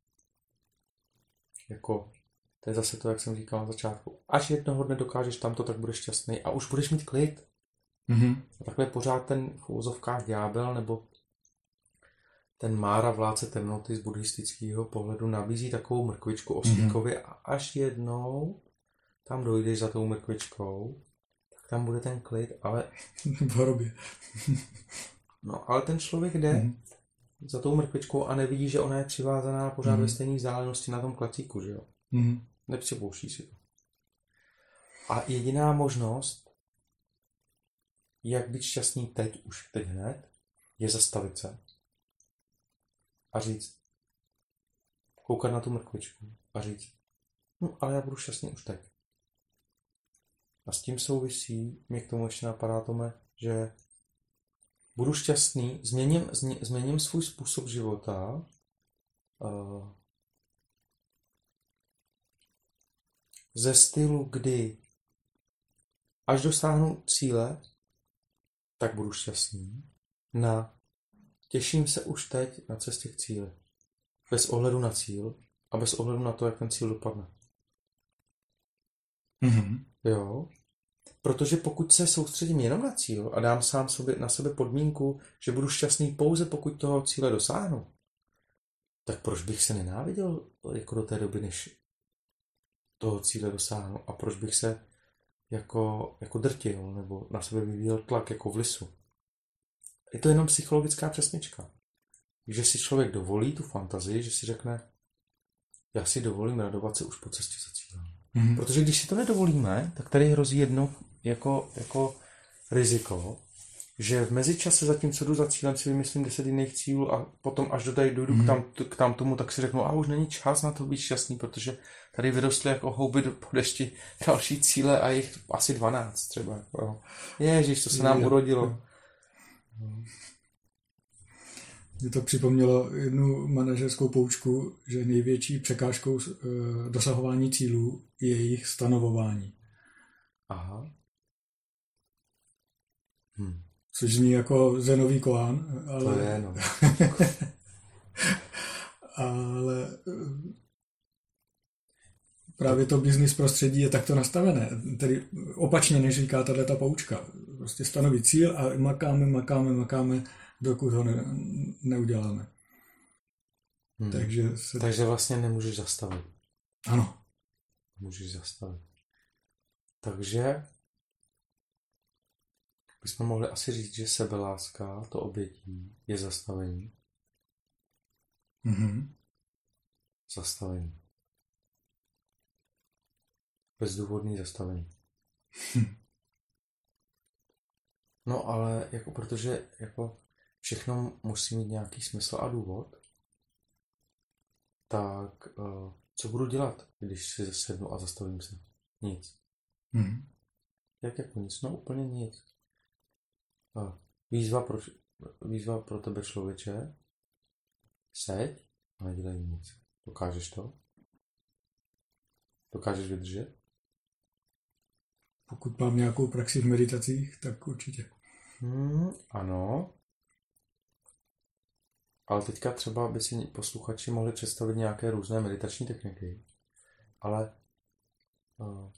Jako, to je zase to, jak jsem říkal na začátku. Až jednoho dne dokážeš tamto, tak budeš šťastný a už budeš mít klid. Mm-hmm. A takhle pořád ten v úvozovkách ďábel nebo ten Mára, vládce temnoty z buddhistického pohledu, nabízí takovou mrkvičku oslíkovi mm-hmm. a až jednou tam dojdeš za tou mrkvičkou, tak tam bude ten klid, ale...
v hrobě.
No, ale ten člověk jde mm-hmm. za tou mrkvičkou a nevidí, že ona je přivázaná pořád mm-hmm. ve stejné vzdálenosti na tom klacíku, že jo? Mm-hmm. Nepřipouští si to. A jediná možnost, jak být šťastný teď, už teď hned, je zastavit se a říct, koukat na tu mrkvičku a říct, no, ale já budu šťastný už teď. A s tím souvisí, mě k tomu ještě napadá, Tome, že budu šťastný, změním, změním svůj způsob života, uh, ze stylu, kdy až dosáhnu cíle, tak budu šťastný, na těším se už teď na cestě k cíli. Bez ohledu na cíl a bez ohledu na to, jak ten cíl dopadne.
Mm-hmm.
Jo? Protože pokud se soustředím jenom na cíl a dám sám sobě, na sebe podmínku, že budu šťastný pouze pokud toho cíle dosáhnu, tak proč bych se nenáviděl jako do té doby, než toho cíle dosáhnu? A proč bych se jako, jako drtil nebo na sebe vyvíjel tlak jako v lisu? Je to jenom psychologická přesnička. Že si člověk dovolí tu fantazii, že si řekne, já si dovolím radovat se už po cestě za cílem. Mm-hmm. Protože když si to nedovolíme, tak tady hrozí jedno jako, jako riziko, že v mezičase zatím, co jdu za cílem, si vymyslím deset jiných cílů a potom až dodaj, dojdu mm-hmm. k, tam, k tam tomu, tak si řeknu, a už není čas na to být šťastný, protože tady vyrostly jako houby po dešti další cíle a jich asi dvanáct třeba. Jako. Ježiš, to se nám urodilo.
Mně to připomnělo jednu manažerskou poučku, že největší překážkou dosahování cílů je jejich stanovování.
Aha. Hm.
Což zní jako zenový koán, ale...
To je, no.
ale právě to business prostředí je takto nastavené. Tedy opačně, než říká tato poučka. Prostě stanovit cíl a makáme, makáme, makáme, dokud ho ne, neuděláme.
Hmm.
Takže, se...
Takže vlastně nemůžeš zastavit.
Ano.
Můžeš zastavit. Takže bychom mohli asi říct, že sebeláska, to obětí, je zastavení.
Mm-hmm.
Zastavení. Bezdůvodný zastavení.
Hm.
No ale jako protože jako všechno musí mít nějaký smysl a důvod, tak uh, co budu dělat, když si sednu a zastavím se? Nic.
Mm.
Jak jako nic? No úplně nic. Uh, výzva, pro, výzva pro tebe, člověče, seď a nedělej nic. Dokážeš to? Dokážeš vydržet?
Pokud mám nějakou praxi v meditacích, tak určitě.
Hmm, ano. Ale teďka třeba by si posluchači mohli představit nějaké různé meditační techniky. Ale uh,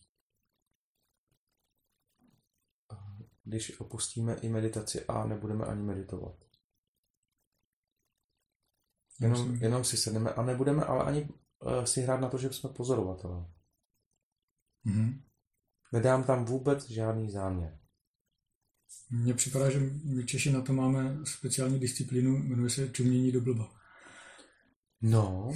uh, když opustíme i meditaci a nebudeme ani meditovat. Jenom, jenom si sedneme a nebudeme ale ani uh, si hrát na to, že jsme pozorovatelé.
Mm-hmm.
Nedám tam vůbec žádný záměr.
Mně připadá, že my Češi na to máme speciální disciplínu, jmenuje se čumění do blba.
No,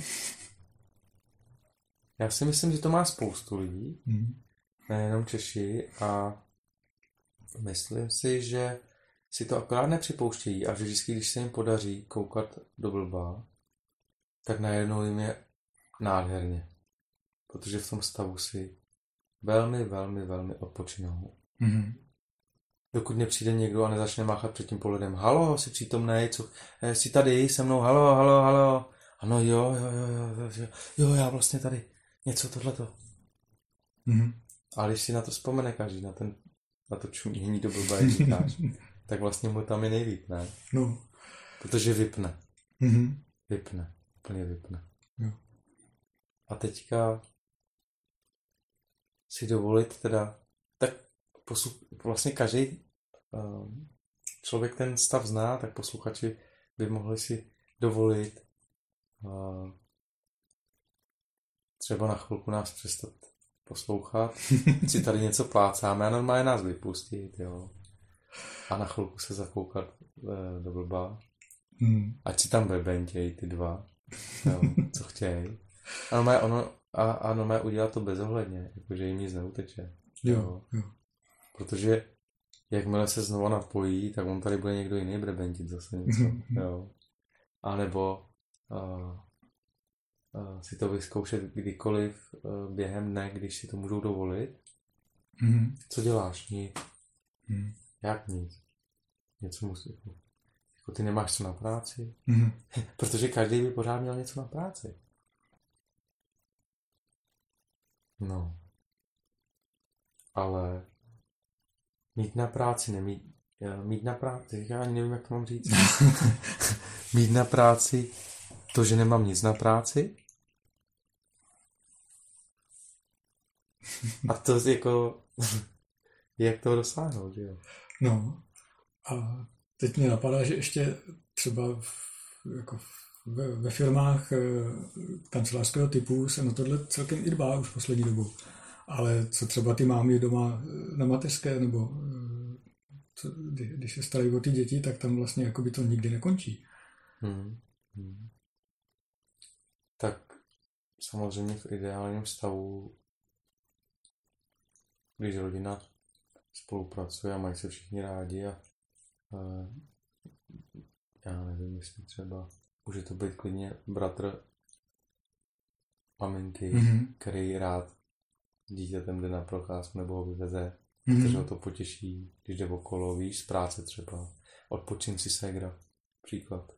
já si myslím, že to má spoustu lidí, mm. nejenom Češi, a myslím si, že si to akorát nepřipouštějí a že vždycky, když se jim podaří koukat do blba, tak najednou jim je nádherně, protože v tom stavu si velmi, velmi, velmi odpočinou. Mm-hmm. Dokud nepřijde někdo a nezačne máchat před tím pohledem. Halo, jsi přítomnej, co, jsi tady se mnou, halo, halo, halo. Ano, jo, jo, jo, jo, jo, jo, já vlastně tady, něco tohleto. Mm-hmm. A když si na to vzpomene každý, na, ten, na to čumění do blba, jak říkáš, tak vlastně mu tam je nejlíp, ne?
No.
Protože vypne.
Mm-hmm.
Vypne, úplně vypne.
Jo.
A teďka si dovolit teda, tak poslu, vlastně každý um, člověk ten stav zná, tak posluchači by mohli si dovolit uh, třeba na chvilku nás přestat poslouchat, si tady něco plácáme a normálně nás vypustit, jo. A na chvilku se zakoukat uh, do blba. Hmm. Ať si tam bebentěj ty dva, jo, co chtějí. A normálně ono, a, a normálně udělat to bezohledně, jakože jim nic neuteče.
Jo, jo.
Protože jakmile se znova napojí, tak on tady bude někdo jiný brebentit zase něco. Jo. A nebo uh, uh, si to vyzkoušet kdykoliv uh, během dne, když si to můžou dovolit.
Mm.
Co děláš? Nic.
Mm.
Jak nic? Něco musí. Jako ty nemáš co na práci?
Mm.
Protože každý by pořád měl něco na práci. No. Ale mít na práci, nemít, mít na práci, já ani nevím, jak to mám říct. Mít na práci to, že nemám nic na práci. A to jako, jak to dosáhnout, že jo?
No. A teď mě napadá, že ještě třeba v, jako ve, ve firmách e, kancelářského typu se na tohle celkem i dbá už poslední dobou. Ale co třeba ty mámy doma na mateřské, nebo co, když se starají o ty děti, tak tam vlastně jako by to nikdy nekončí.
Hmm. Hmm. Tak samozřejmě v ideálním stavu, když rodina spolupracuje a mají se všichni rádi a uh, já nevím, jestli třeba může to být klidně bratr maminky, mm-hmm. který rád dítětem jde na procházku nebo ho vyveze, mm-hmm. protože ho to potěší, když jde okolo, víš, z práce třeba. Odpočin si ségra, příklad.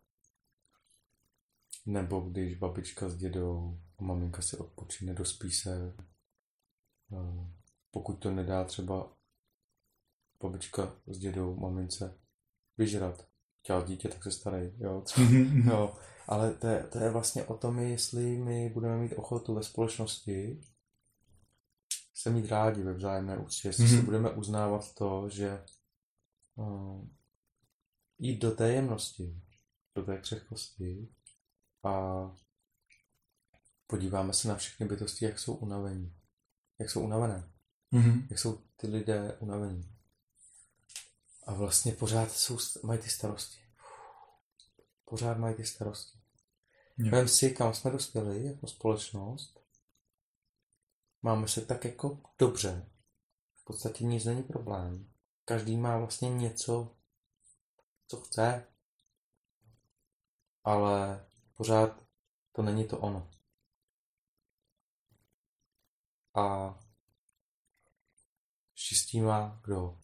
Nebo když babička s dědou a maminka si odpočine, dospí se. Pokud to nedá třeba babička s dědou mamince vyžrat, chtěla dítě, tak se starej, jo. Třeba, jo. Ale to je, to je vlastně o tom, jestli my budeme mít ochotu ve společnosti se mít rádi ve vzájemné úctě, jestli mm-hmm. si budeme uznávat to, že uh, jít do té jemnosti, do té křehkosti a podíváme se na všechny bytosti, jak jsou unavení, jak jsou unavené, mm-hmm. jak jsou ty lidé unavení. A vlastně pořád jsou, mají ty starosti. Pořád mají ty starosti. Vem si, kam jsme dospěli jako společnost. Máme se tak jako dobře. V podstatě nic není problém. Každý má vlastně něco, co chce. Ale pořád to není to ono. A štěstí má kdo?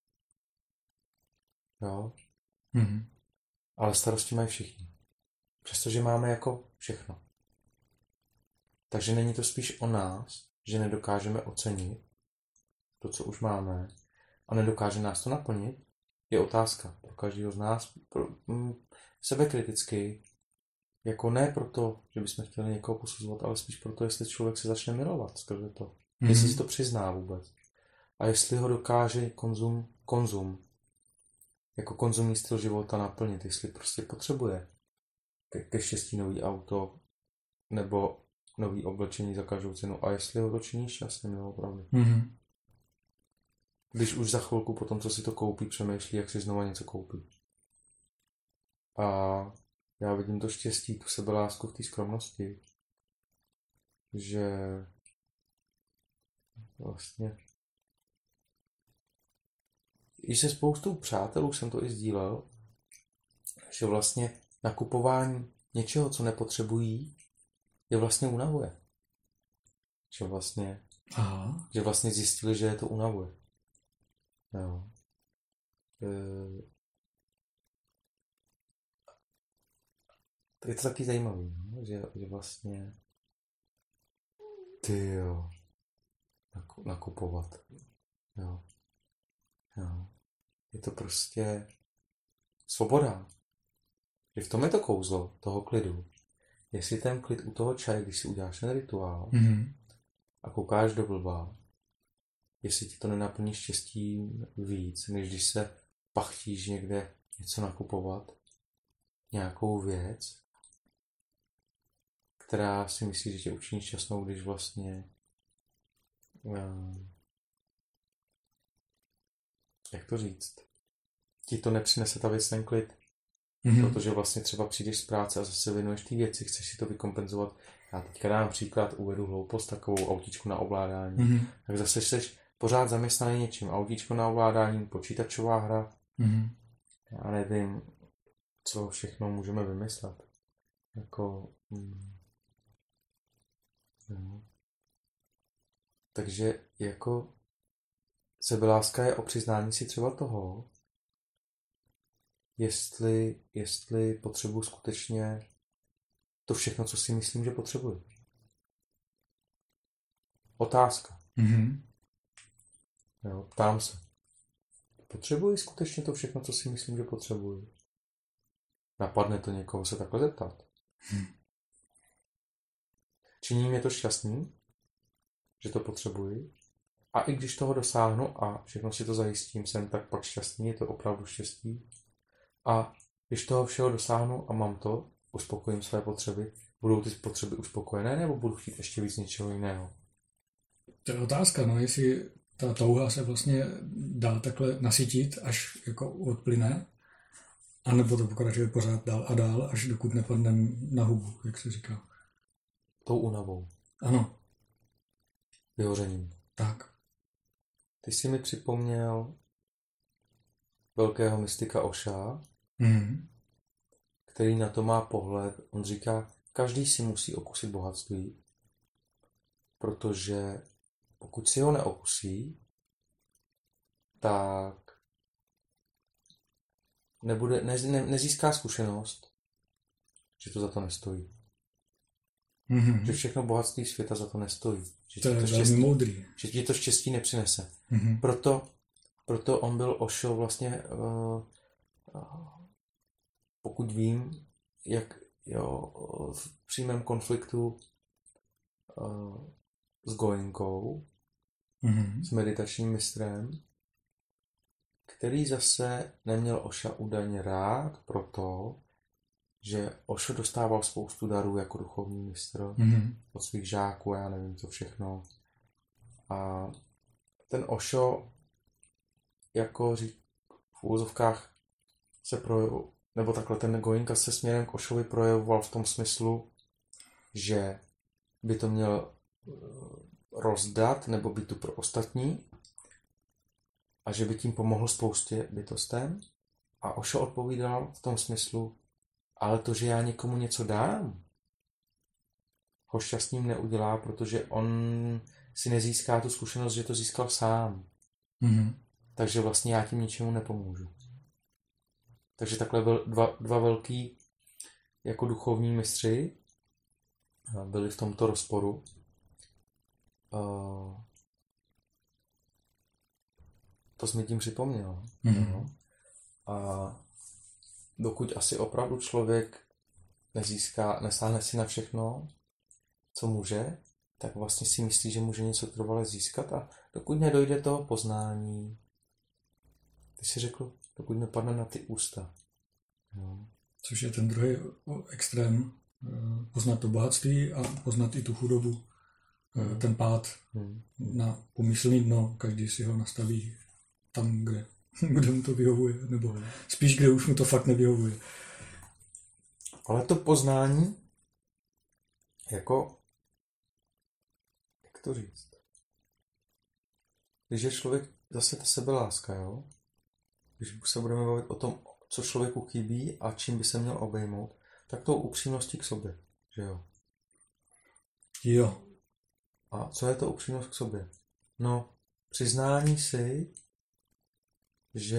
Jo? Mm-hmm. Ale starosti mají všichni. Přestože máme jako všechno. Takže není to spíš o nás, že nedokážeme ocenit to, co už máme, a nedokáže nás to naplnit, je otázka pro každého z nás, pro, mm, sebekriticky, jako ne proto, že bychom chtěli někoho posuzovat, ale spíš proto, jestli člověk se začne milovat skrze to. Mm-hmm. Jestli si to přizná vůbec. A jestli ho dokáže konzum, konzum jako konzumní styl života naplnit, jestli prostě potřebuje ke, ke štěstí nový auto nebo nový oblečení za každou cenu a jestli ho to činí šťastným, jo, opravdu. Mm-hmm. Když už za chvilku po tom, co si to koupí, přemýšlí, jak si znova něco koupí. A já vidím to štěstí, tu sebelásku v té skromnosti, že vlastně i se spoustou přátelů jsem to i sdílel, že vlastně nakupování něčeho, co nepotřebují, je vlastně unavuje. Že vlastně, Aha. že vlastně zjistili, že je to unavuje. Jo. E... Je to taky zajímavý, že, že vlastně ty jo, nakupovat. Jo. Jo. Je to prostě svoboda. Že v tom je to kouzlo toho klidu. Jestli ten klid u toho čaje, když si uděláš ten rituál mm-hmm. a koukáš do blba, jestli ti to nenaplní štěstím víc, než když se pachtíš někde něco nakupovat, nějakou věc, která si myslí, že tě učiní šťastnou, když vlastně um, jak to říct, ti to nepřinese ta věc ten klid, mm-hmm. protože vlastně třeba přijdeš z práce a zase věnuješ ty věci, chceš si to vykompenzovat. Já teďka dám příklad, uvedu hloupost, takovou autičku na ovládání, mm-hmm. tak zase seš pořád zaměstnaný něčím. Autíčko na ovládání, počítačová hra.
Mm-hmm.
Já nevím, co všechno můžeme vymyslet. Jako... Mm, no. Takže jako sebeláska je o přiznání si třeba toho, jestli, jestli potřebuji skutečně to všechno, co si myslím, že potřebuji. Otázka.
Mm-hmm.
Jo, ptám se. Potřebuji skutečně to všechno, co si myslím, že potřebuji? Napadne to někoho se takhle zeptat.
Hmm.
Činí mě to šťastný, že to potřebuji? A i když toho dosáhnu a všechno si to zajistím, jsem tak pak šťastný, je to opravdu štěstí. A když toho všeho dosáhnu a mám to, uspokojím své potřeby, budou ty potřeby uspokojené, nebo budu chtít ještě víc něčeho jiného?
To je otázka, no, jestli ta touha se vlastně dá takhle nasytit, až jako odplyne, anebo to pokračuje pořád dál a dál, až dokud nepadneme na hubu, jak se říká.
Tou únavou.
Ano.
Vyhořením.
Tak.
Ty jsi mi připomněl velkého mystika Osha,
Mm.
který na to má pohled. On říká, každý si musí okusit bohatství, protože pokud si ho neokusí, tak nebude, ne, ne, nezíská zkušenost, že to za to nestojí.
Mm-hmm.
Že všechno bohatství světa za to nestojí. Že
To je
ti to
velmi
štěstí,
moudrý.
že ti to štěstí nepřinese.
Mm-hmm.
Proto, proto on byl Osho vlastně, uh, uh, pokud vím, jak jo, v přímém konfliktu uh, s Goenkou,
Mm-hmm.
s meditačním mistrem, který zase neměl Osha údajně rád, proto, že Osho dostával spoustu darů jako duchovní mistr
Mm-hmm.
od svých žáků, já nevím co všechno. A ten Osho jako řík, v úvozovkách se projevoval, nebo takhle ten Goenka se směrem k Oshovi projevoval v tom smyslu, že by to měl rozdat nebo být tu pro ostatní a že by tím pomohl spoustě bytostem. A Osho odpovídal v tom smyslu, ale to, že já někomu něco dám, ho šťastným neudělá, protože on si nezíská tu zkušenost, že to získal sám.
Mm-hmm.
Takže vlastně já tím ničemu nepomůžu. Takže takhle byl dva, dva velký jako duchovní mistři byli v tomto rozporu. Uh, to jsi mi tím připomněl.
Mm-hmm.
No. A dokud asi opravdu člověk nezíská, nesáhne si na všechno, co může, tak vlastně si myslí, že může něco trvale získat a dokud nedojde toho poznání, ty jsi řekl, dokud nepadne na ty ústa. No.
Což je ten druhý extrém, poznat to bohatství a poznat i tu chudobu, hmm. ten pád hmm. na pomyslný dno, každý si ho nastaví tam, kde, kde mu to vyhovuje, nebo hmm. spíš, kde už mu to fakt nevyhovuje.
Ale to poznání, jako, jak to říct, když je člověk, zase ta sebeláska, jo, když se budeme bavit o tom, co člověku chybí a čím by se měl obejmout, tak tou upřímností k sobě, že jo?
Jo.
A co je to upřímnost k sobě? No, přiznání si, že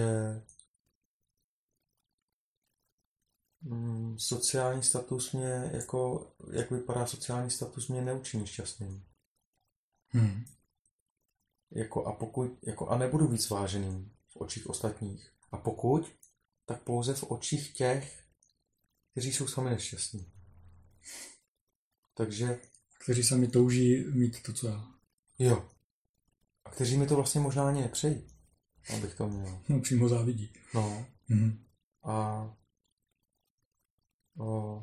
mm, sociální status mě, jako, jak vypadá sociální status, mě neučiní šťastným.
Hmm.
Jako, a pokud, jako, a nebudu víc váženým v očích ostatních. A pokud, tak pouze v očích těch, kteří jsou sami nešťastní. Takže...
Kteří sami touží mít to, co já.
Jo. A kteří mi to vlastně možná ani nepřejí, abych to měl.
No, přímo závidí.
No.
Mm-hmm.
A... O,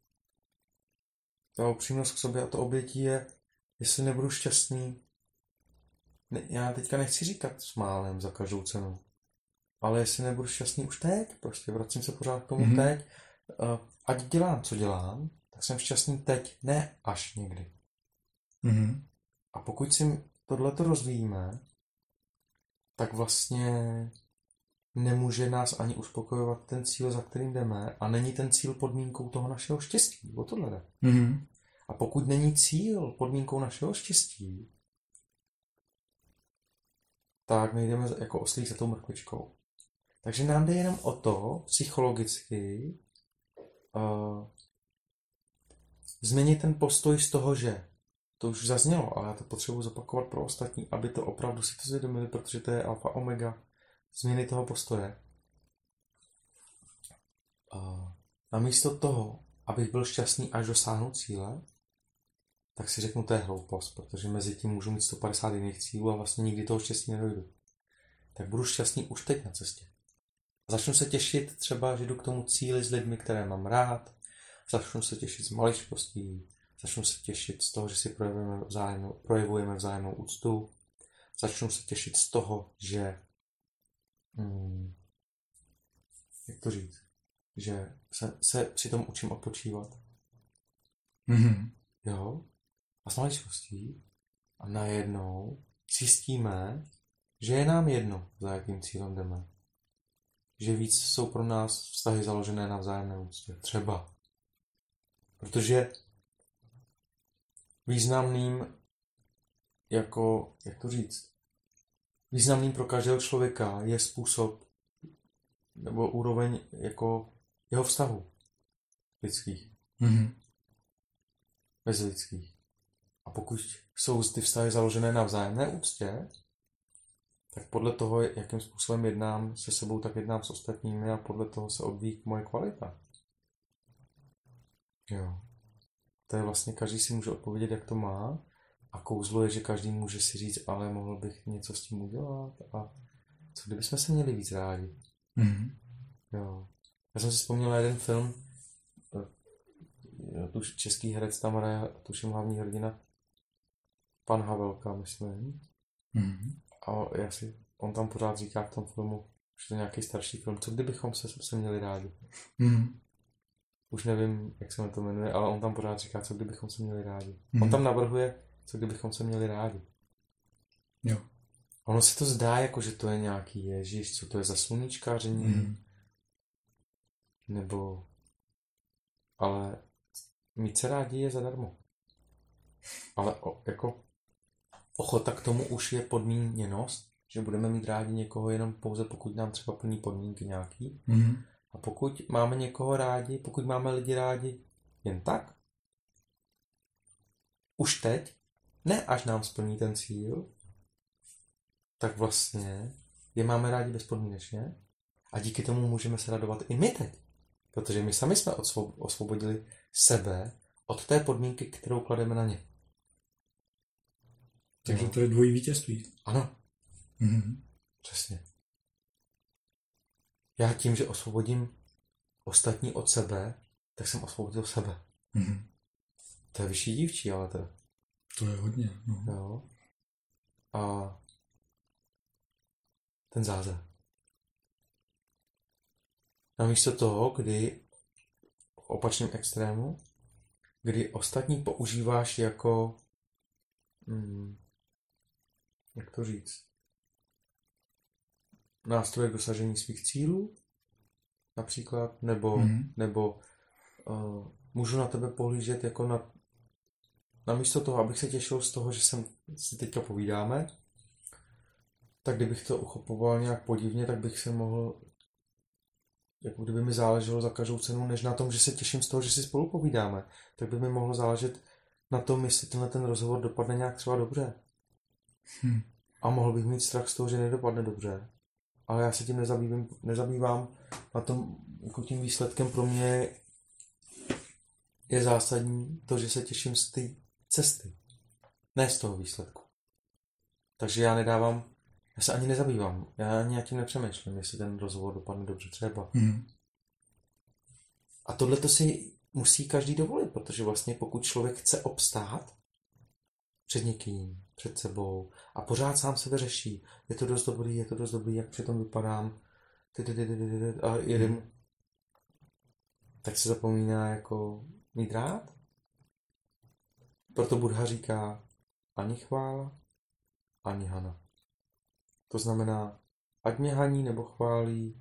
ta upřímnost k sobě a to obětí je, jestli nebudu šťastný. Ne, já teďka nechci říkat s málem za každou cenu. Ale jestli nebudu šťastný už teď, prostě vracím se pořád k tomu mm-hmm. teď, ať dělám, co dělám, tak jsem šťastný teď, ne až někdy.
Mm-hmm.
A pokud si tohleto rozvíjíme, tak vlastně nemůže nás ani uspokojovat ten cíl, za kterým jdeme, a není ten cíl podmínkou toho našeho štěstí. O tohle jde.
Mm-hmm.
A pokud není cíl podmínkou našeho štěstí, tak nejdeme jako oslík za tou mrkvičkou. Takže nám jde jenom o to, psychologicky, uh, změnit ten postoj z toho, že to už zaznělo, ale já to potřebuji zopakovat pro ostatní, aby to opravdu si to zvědomili, protože to je alfa omega změny toho postoje. Uh, namísto toho, abych byl šťastný, až dosáhnu cíle, tak si řeknu, to je hloupost, protože mezi tím můžu mít sto padesát jiných cílů a vlastně nikdy toho štěstí nedojdu. Tak budu šťastný už teď na cestě. Začnu se těšit třeba, že jdu k tomu cíli s lidmi, které mám rád, začnu se těšit z maličkostí, začnu se těšit z toho, že si projevujeme vzájemnou, projevujeme vzájemnou úctu, začnu se těšit z toho, že hmm, jak to říct, že se, se při tom učím odpočívat.
Mm-hmm.
Jo? A s maličkostí. A najednou zjistíme, že je nám jedno, za jakým cílem jdeme. Že víc jsou pro nás vztahy založené na vzájemné úctě. Třeba. Protože významným, jako, jak to říct, významným pro každého člověka je způsob nebo úroveň jako jeho vztahu lidských.
Mm-hmm.
Mezilidských. A pokud jsou ty vztahy založené na vzájemné úctě, tak podle toho, jakým způsobem jednám se sebou, tak jednám s ostatními a podle toho se odvíjí moje kvalita. Jo. To je vlastně, každý si může odpovědět, jak to má, a kouzlo je, že každý může si říct, ale mohl bych něco s tím udělat, a co kdybychom se měli víc rádi.
Mm-hmm.
Jo. Já jsem si vzpomněl na jeden film, tuž český herec tam hraje, tuším hlavní hrdina, pan Havelka, myslím.
Mm-hmm.
A já si, on tam pořád říká v tom filmu, že to je nějaký starší film, co kdybychom se, se měli rádi.
Mm-hmm.
Už nevím, jak se to jmenuje, ale on tam pořád říká, co kdybychom se měli rádi.
Mm-hmm.
On tam navrhuje, co kdybychom se měli rádi.
Jo.
Ono se to zdá, jako že to je nějaký ježíš, co to je za sluníčkáření,
Mm-hmm.
nebo, ale mít se rádi je zadarmo. Ale o, jako ochota k tomu už je podmíněnost, že budeme mít rádi někoho jenom pouze, pokud nám třeba plní podmínky nějaký.
Mm-hmm.
A pokud máme někoho rádi, pokud máme lidi rádi jen tak, už teď, ne až nám splní ten cíl, tak vlastně je máme rádi bezpodmínečně a díky tomu můžeme se radovat i my teď. Protože my sami jsme osvobodili sebe od té podmínky, kterou klademe na ně.
Takže to je dvojí vítězství.
Ano.
Mm-hmm.
Přesně. Já tím, že osvobodím ostatní od sebe, tak jsem osvobodil sebe.
Mm-hmm.
To je vyšší dívčí, ale teda.
To je hodně. No.
Jo. A ten zázrak. Namísto toho, kdy v opačném extrému, kdy ostatní používáš jako hmm, jak to říct, nástroje k dosažení svých cílů, například, nebo, mm-hmm. nebo uh, můžu na tebe pohlížet jako na, namísto toho, abych se těšil z toho, že jsem, si teďka povídáme, tak kdybych to uchopoval nějak podivně, tak bych se mohl, jako kdyby mi záleželo za každou cenu, než na tom, že se těším z toho, že si spolu povídáme, tak by mi mohlo záležet na tom, jestli tenhle ten rozhovor dopadne nějak třeba dobře.
Hmm.
A mohl bych mít strach z toho, že nedopadne dobře. Ale já se tím nezabývám, nezabývám na tom, jako tím výsledkem pro mě je zásadní to, že se těším z té cesty. Ne z toho výsledku. Takže já nedávám, já se ani nezabývám. Já ani nad tím nepřemýšlím, jestli ten rozhovor dopadne dobře třeba.
Hmm.
A tohle to si musí každý dovolit, protože vlastně pokud člověk chce obstát před někým, před sebou a pořád sám sebe řeší, je to dost dobrý, je to dost dobrý, jak při tom vypadám, a jeden, tak se zapomíná jako mít rád. Proto Buddha říká ani chvála, ani hana. To znamená, ať mě haní nebo chválí,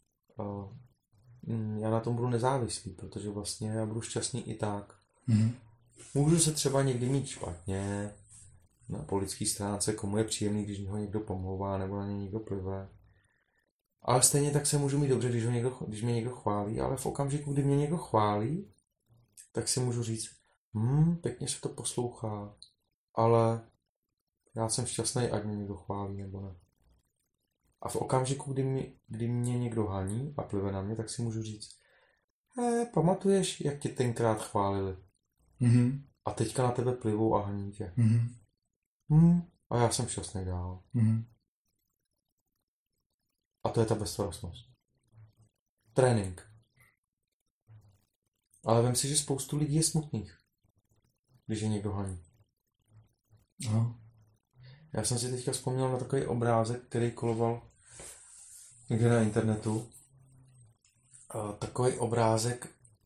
já na tom budu nezávislý, protože vlastně já budu šťastný i tak.
Mm-hmm.
Můžu se třeba někdy mít špatně, na politické stránce, komu je příjemný, když ho někdo pomlouvá nebo na ně někdo plive. Ale stejně tak se můžu mít dobře, když, ho někdo, když mě někdo chválí, ale v okamžiku, kdy mě někdo chválí, tak si můžu říct, hm, pěkně se to poslouchá, ale já jsem šťastný, ať mě někdo chválí nebo ne. A v okamžiku, kdy mě, kdy mě někdo haní a plive na mě, tak si můžu říct, eh, pamatuješ, jak tě tenkrát chválili?
Mm-hmm.
A teďka na tebe plivou a haní tě.
Mm-hmm.
Hm, a já jsem šťastný dál.
Mm-hmm.
A to je ta bezstarostnost. Trénink. Ale vem si, že spoustu lidí je smutných, když je někdo haní.
Aha.
Já jsem si teďka vzpomněl na takový obrázek, který koloval někde na internetu. A takový obrázek,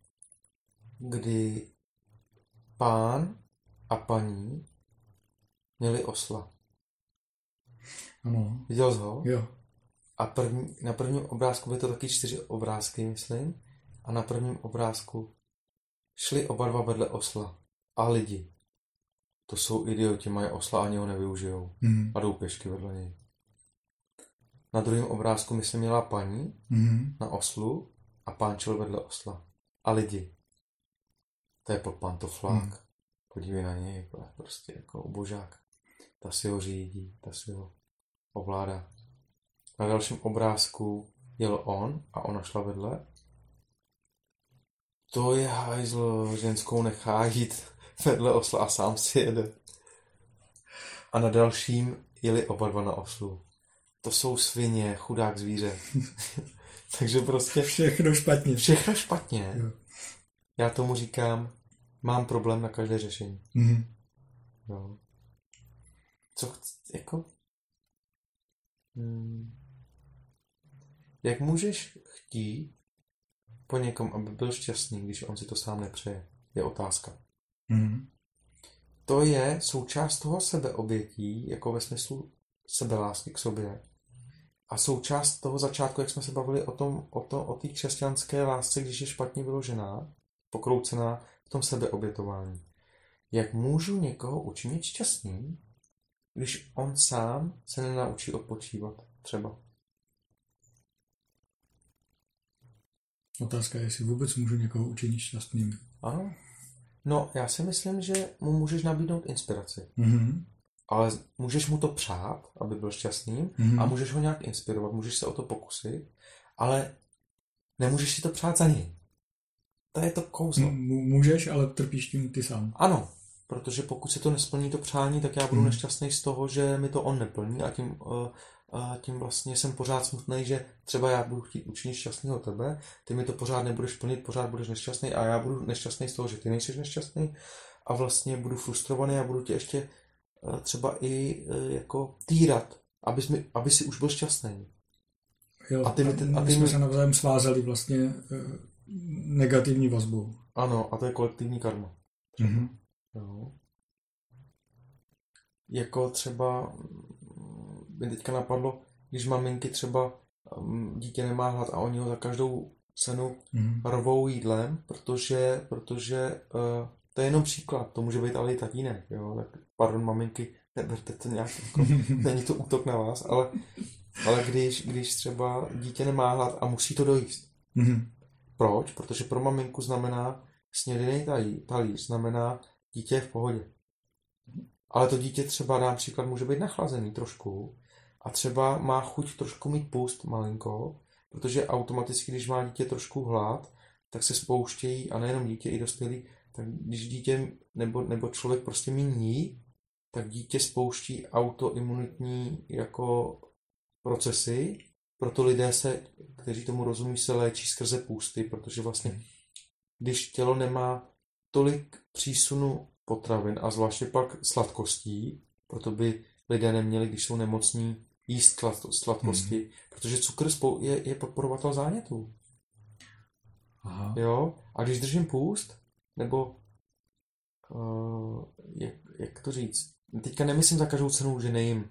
kdy pán a paní měli osla.
Ano.
Viděl jsi ho?
Jo.
A první, na prvním obrázku byly to taky čtyři obrázky, myslím. A na prvním obrázku šli oba dva vedle osla. A lidi. To jsou idioti, mají osla, ani ho nevyužijou.
Mm-hmm.
A jdou pěšky vedle něj. Na druhém obrázku, myslím, měla paní
mm-hmm.
na oslu a pán šel vedle osla. A lidi. To je pod pantoflák. Mm. Podívej na něj, prostě jako obožák. Ta si ho řídí, ta si ho ovládá. Na dalším obrázku jel on a ona šla vedle. To je hajzl, ženskou nechá jít vedle osla a sám si jede. A na dalším jeli oba dva na oslu. To jsou svině, chudák zvíře. Takže prostě...
Všechno špatně.
Všechno špatně.
Jo.
Já tomu říkám, mám problém na každé řešení.
Mm-hmm.
No. Co chci, jako... Hmm. Jak můžeš chtít po někom, aby byl šťastný, když on si to sám nepřeje? Je otázka.
Mm-hmm.
To je součást toho sebeobětí, jako ve smyslu sebelásky k sobě. A součást toho začátku, jak jsme se bavili o tom, o to, o té křesťanské lásce, když je špatně vyložená, pokroucená v tom sebeobětování. Jak můžu někoho učinit šťastný, když on sám se nenaučí odpočívat třeba?
Otázka je, jestli vůbec můžu někoho učinit šťastným.
Ano. No, já si myslím, že mu můžeš nabídnout inspiraci.
Mm-hmm.
Ale můžeš mu to přát, aby byl šťastný,
mm-hmm.
a můžeš ho nějak inspirovat, můžeš se o to pokusit, ale nemůžeš si to přát za něj. To je to kouzlo.
M- můžeš, ale trpíš tím ty sám.
Ano, protože pokud se to nesplní to přání, tak já budu mm. nešťastný z toho, že mi to on neplní a tím, uh, uh, tím vlastně jsem pořád smutný, že třeba já budu chtít učinit šťastného tebe, ty mi to pořád nebudeš plnit, pořád budeš nešťastný a já budu nešťastný z toho, že ty nejsi nešťastný a vlastně budu frustrovaný a budu tě ještě uh, třeba i uh, jako týrat, abys mi, aby si už byl šťastný.
Jo,
a ty mi, ten,
a
ty
my jsme
mi...
se navzájem svázali vlastně uh, negativní vazbou.
Ano, a to je kolektivní karma.
Mm-hmm.
Jo. Jako třeba mě teďka napadlo, když maminky třeba um, dítě nemá hlad a oni ho za každou cenu mm. rvou jídlem, protože, protože uh, to je jenom příklad, to může být ale i tatínek, jo, tak pardon maminky, neberte to nějak, jako, není to útok na vás, ale, ale když, když třeba dítě nemá hlad a musí to dojíst.
Mm.
Proč? Protože pro maminku znamená snědený talíř, znamená dítě je v pohodě. Ale to dítě třeba, dám příklad, může být nachlazený trošku a třeba má chuť trošku mít pust malinko, protože automaticky, když má dítě trošku hlad, tak se spouštějí, a nejenom dítě, i dospělí, tak když dítě nebo, nebo člověk prostě míní, tak dítě spouští autoimunitní jako procesy, proto lidé se, kteří tomu rozumí, se léčí skrze půsty, protože vlastně, když tělo nemá tolik přísunu potravin a zvláště pak sladkostí, proto by lidé neměli, když jsou nemocní, jíst sladkosti, hmm. protože cukr je, je podporovatel zánětů.
Aha.
Jo? A když držím půst, nebo uh, jak, jak to říct, teďka nemyslím za každou cenu, že nejím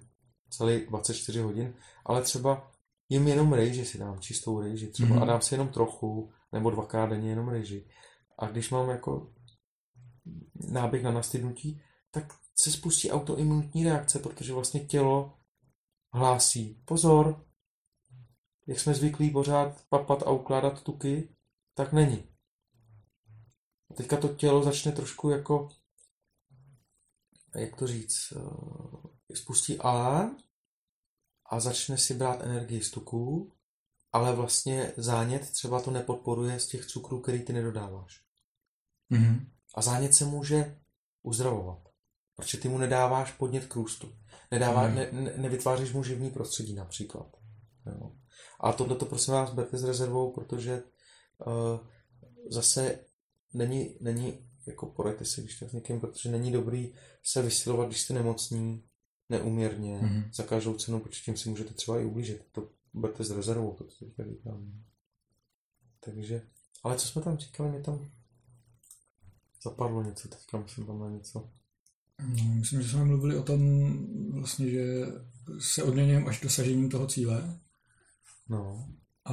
celý dvacet čtyři hodin, ale třeba jim jenom rejži si dám, čistou rejži třeba, mm. a dám si jenom trochu, nebo dvakrát denně jenom rejži. A když mám jako náběh na nastydnutí, tak se spustí autoimunitní reakce, protože vlastně tělo hlásí, pozor, jak jsme zvyklí pořád papat a ukládat tuky, tak není. A teďka to tělo začne trošku jako, jak to říct, spustí alarm a začne si brát energii z tuků, ale vlastně zánět třeba to nepodporuje z těch cukrů, který ty nedodáváš.
Mm-hmm. A
zánět se může uzdravovat, protože ty mu nedáváš podnět k růstu. Nedává, mm. ne, ne, nevytváříš mu živný prostředí například. Jo. A tohleto prosím vás berte s rezervou, protože uh, zase není, není jako porajte si, když tak s někým, protože není dobrý se vysilovat, když jste nemocní, neuměrně, mm. za každou cenu, protože tím si můžete třeba i ublížit. To berte s rezervou, to co teďka říkám. Takže, ale co jsme tam říkali, mě tam zapadlo něco, teďka myslím tam na něco.
No, myslím, že jsme mluvili o tom vlastně, že se odměňujeme až dosažením toho cíle.
No.
A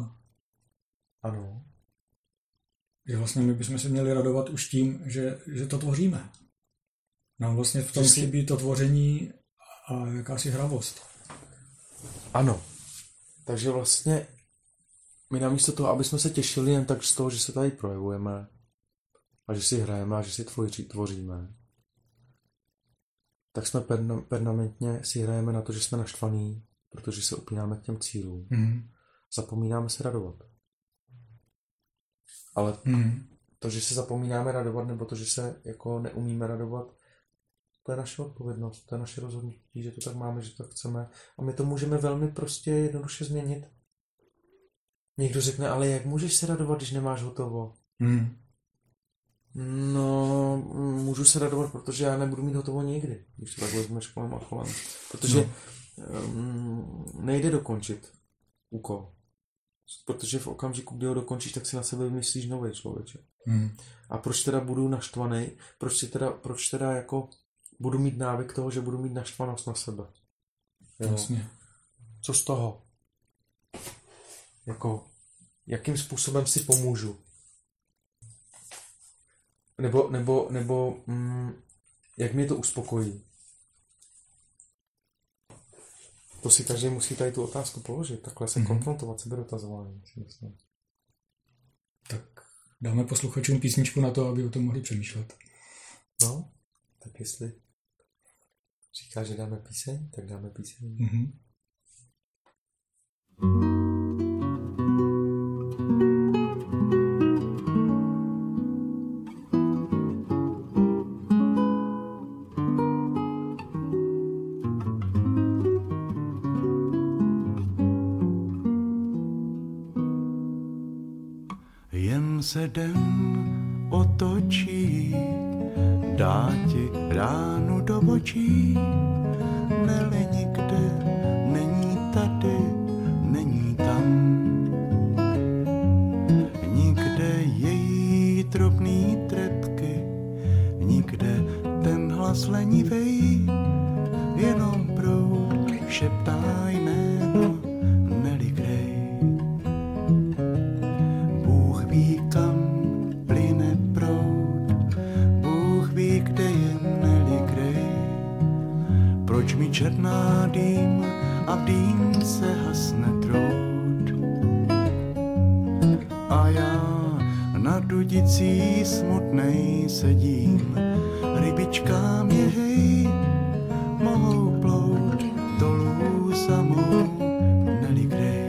ano.
Že vlastně my bychom se měli radovat už tím, že, že to tvoříme. Nám vlastně v tom
jsi...
chybí to tvoření a jakási hravost.
Ano. Takže vlastně my namísto toho, aby jsme se těšili jen tak z toho, že se tady projevujeme a že si hrajeme a že si tvoří, tvoříme, tak jsme permanentně si hrajeme na to, že jsme naštvaní, protože se upínáme k těm cílům. Mm. Zapomínáme se radovat. Ale mm. to, že se zapomínáme radovat, nebo to, že se jako neumíme radovat, to je naše odpovědnost, to je naše rozhodnutí, že to tak máme, že to chceme. A my to můžeme velmi prostě jednoduše změnit. Někdo řekne, ale jak můžeš se radovat, když nemáš hotovo? Mm. No, můžu se radovat, protože já nebudu mít hotovo nikdy, když to tak vezmeš kolem a kolem. Protože no. um, nejde dokončit úkol. Protože v okamžiku, kdy ho dokončíš, tak si na sebe vymyslíš nový člověče. Hmm. A proč teda budu naštvaný? Proč, si teda, proč teda jako budu mít návyk toho, že budu mít naštvanost na sebe?
Jasně.
Co z toho? Jako, jakým způsobem si pomůžu? Nebo, nebo, nebo mm, jak mě to uspokojí? To si každý musí tady tu otázku položit. Takhle se mm-hmm. konfrontovat, sebedotazování.
Tak dáme posluchačům písničku na to, aby o tom mohli přemýšlet.
No, tak jestli říká, že dáme píseň, tak dáme píseň.
Mm-hmm.
Se den otočí, dá ti ránu do očí, neli nikde, není tady, není tam. Nikde její drobný trepky, nikde ten hlas lenivej, jenom proud šeptá jméno Nelly Gray. Bůh ví, kam plyne proud, Bůh ví, kde je Nelly Gray. Proč mi černá dým a v dýmce hasne trout? A já na dudicí smutnej sedím, rybičkám je hej, mohou plout dolů za mou Nelly Gray.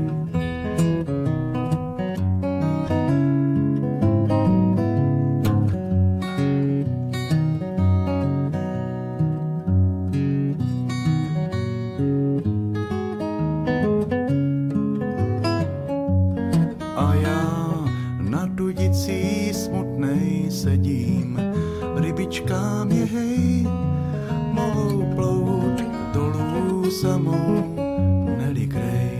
A já na dudicí smutnej sedím, rybičkám je hej, mohou plout dolů za mou Nelly Gray.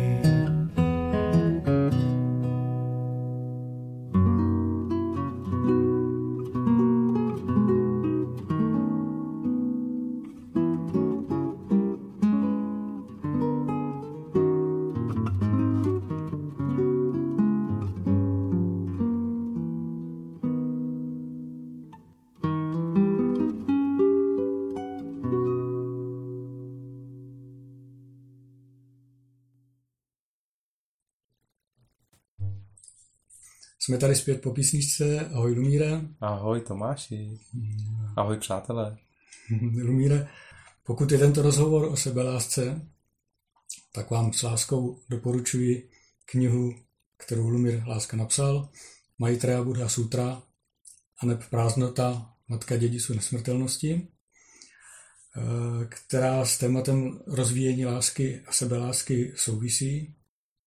Jsme tady zpět po písničce. Ahoj Lumíre.
Ahoj Tomáši. Ahoj přátelé.
Lumíre, pokud je tento rozhovor o sebelásce, tak vám s láskou doporučuji knihu, kterou Lumír Láska napsal, Maitreya Buddha Sutra aneb Prázdnota, matka dědiců nesmrtelnosti, která s tématem rozvíjení lásky a sebelásky souvisí.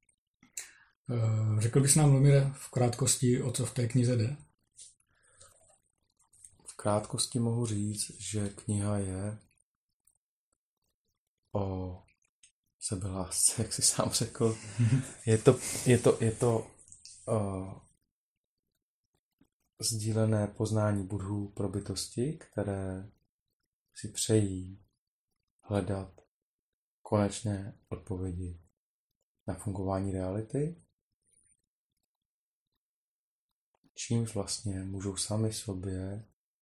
Řekl bys nám, Lumíre, v krátkosti, o co v té knize jde?
V krátkosti mohu říct, že kniha je o sebelásce, jak jsi sám řekl. Je to, je to, je to uh, sdílené poznání Budhů pro bytosti, které si přejí hledat konečné odpovědi na fungování reality, čímž vlastně můžou sami sobě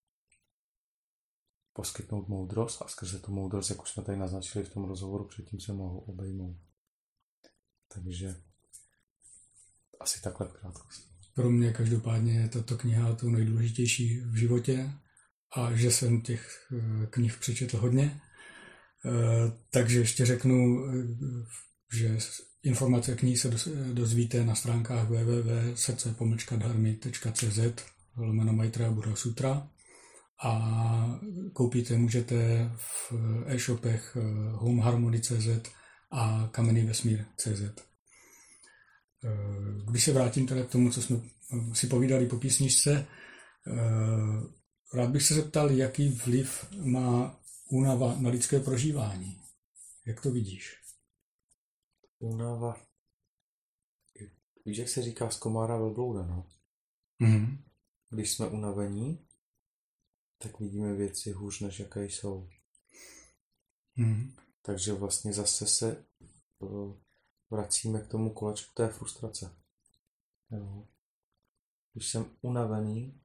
poskytnout moudrost a skrze tu moudrost, jak už jsme tady naznačili v tom rozhovoru, předtím se mohou obejmout. Takže asi takhle v krátkosti.
Pro mě každopádně je tato kniha to nejdůležitější v životě a že jsem těch knih přečetl hodně. Takže ještě řeknu, že informace o knize se dozvíte na stránkách w w w tečka srdce pomlčka dharmy tečka c z lomeno Maitreya Buddha Sutra a koupit je můžete v e-shopech home harmony tečka c z a kamenný vesmír tečka c z. Když se vrátím teda k tomu, co jsme si povídali po písničce, rád bych se zeptal, jaký vliv má únava na lidské prožívání. Jak to vidíš?
Únava. Víš, jak se říká z komára velblouda, no?
Mm-hmm.
Když jsme unavení, tak vidíme věci hůř, než jaké jsou.
Mm-hmm.
Takže vlastně zase se vracíme k tomu kolečku té frustrace. Jo. Když jsem unavený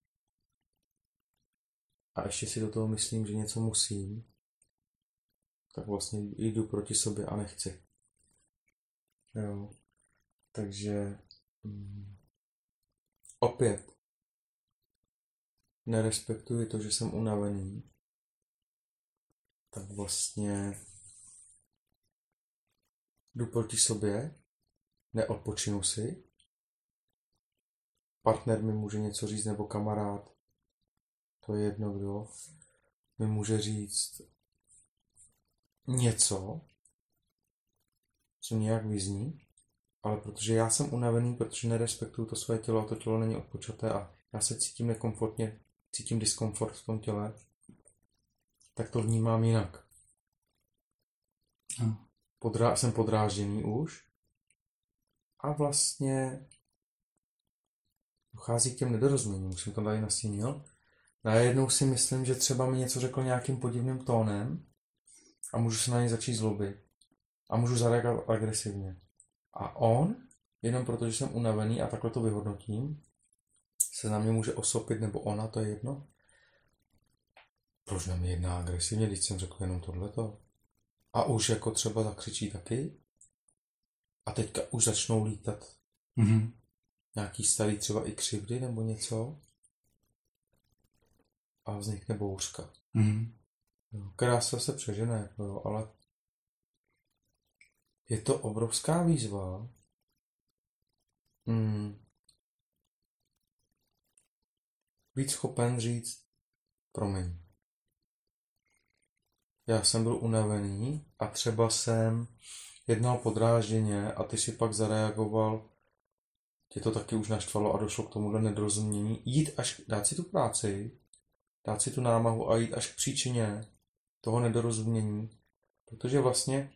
a ještě si do toho myslím, že něco musím, tak vlastně jdu proti sobě a nechci. Jo. Takže mm, opět nerespektuji to, že jsem unavený, tak vlastně jdu proti sobě, neodpočinu si, partner mi může něco říct, nebo kamarád, to je jedno kdo, mi může říct něco, co nějak vyzní, ale protože já jsem unavený, protože nerespektuju to své tělo a to tělo není odpočaté a já se cítím nekomfortně, cítím diskomfort v tom těle, tak to vnímám jinak.
Hmm.
Podrá- jsem podrážděný už a vlastně dochází k těm nedorozuměním, už jsem to tady nastínil. Najednou si myslím, že třeba mi něco řekl nějakým podivným tónem a můžu se na něj začít zlobit a můžu zareagovat agresivně. A on, jenom protože jsem unavený a takhle to vyhodnotím, se na mě může osopit, nebo ona, to je jedno. Proč na mě jedná agresivně, když jsem řekl jenom tohleto? A už jako třeba zakřičí taky. A teďka už začnou lítat
mm-hmm.
nějaký starý třeba i křivdy nebo něco. A vznikne bouřka.
Mm-hmm.
Jo, krása se přežene, jo, ale je to obrovská výzva. Hmm. Být schopen říct promiň. Já jsem byl unavený a třeba jsem jednal podrážděně a ty si pak zareagoval, tě to taky už naštvalo a došlo k tomuhle nedorozumění. Jít až, dát si tu práci, dát si tu námahu a jít až k příčině toho nedorozumění. Protože vlastně,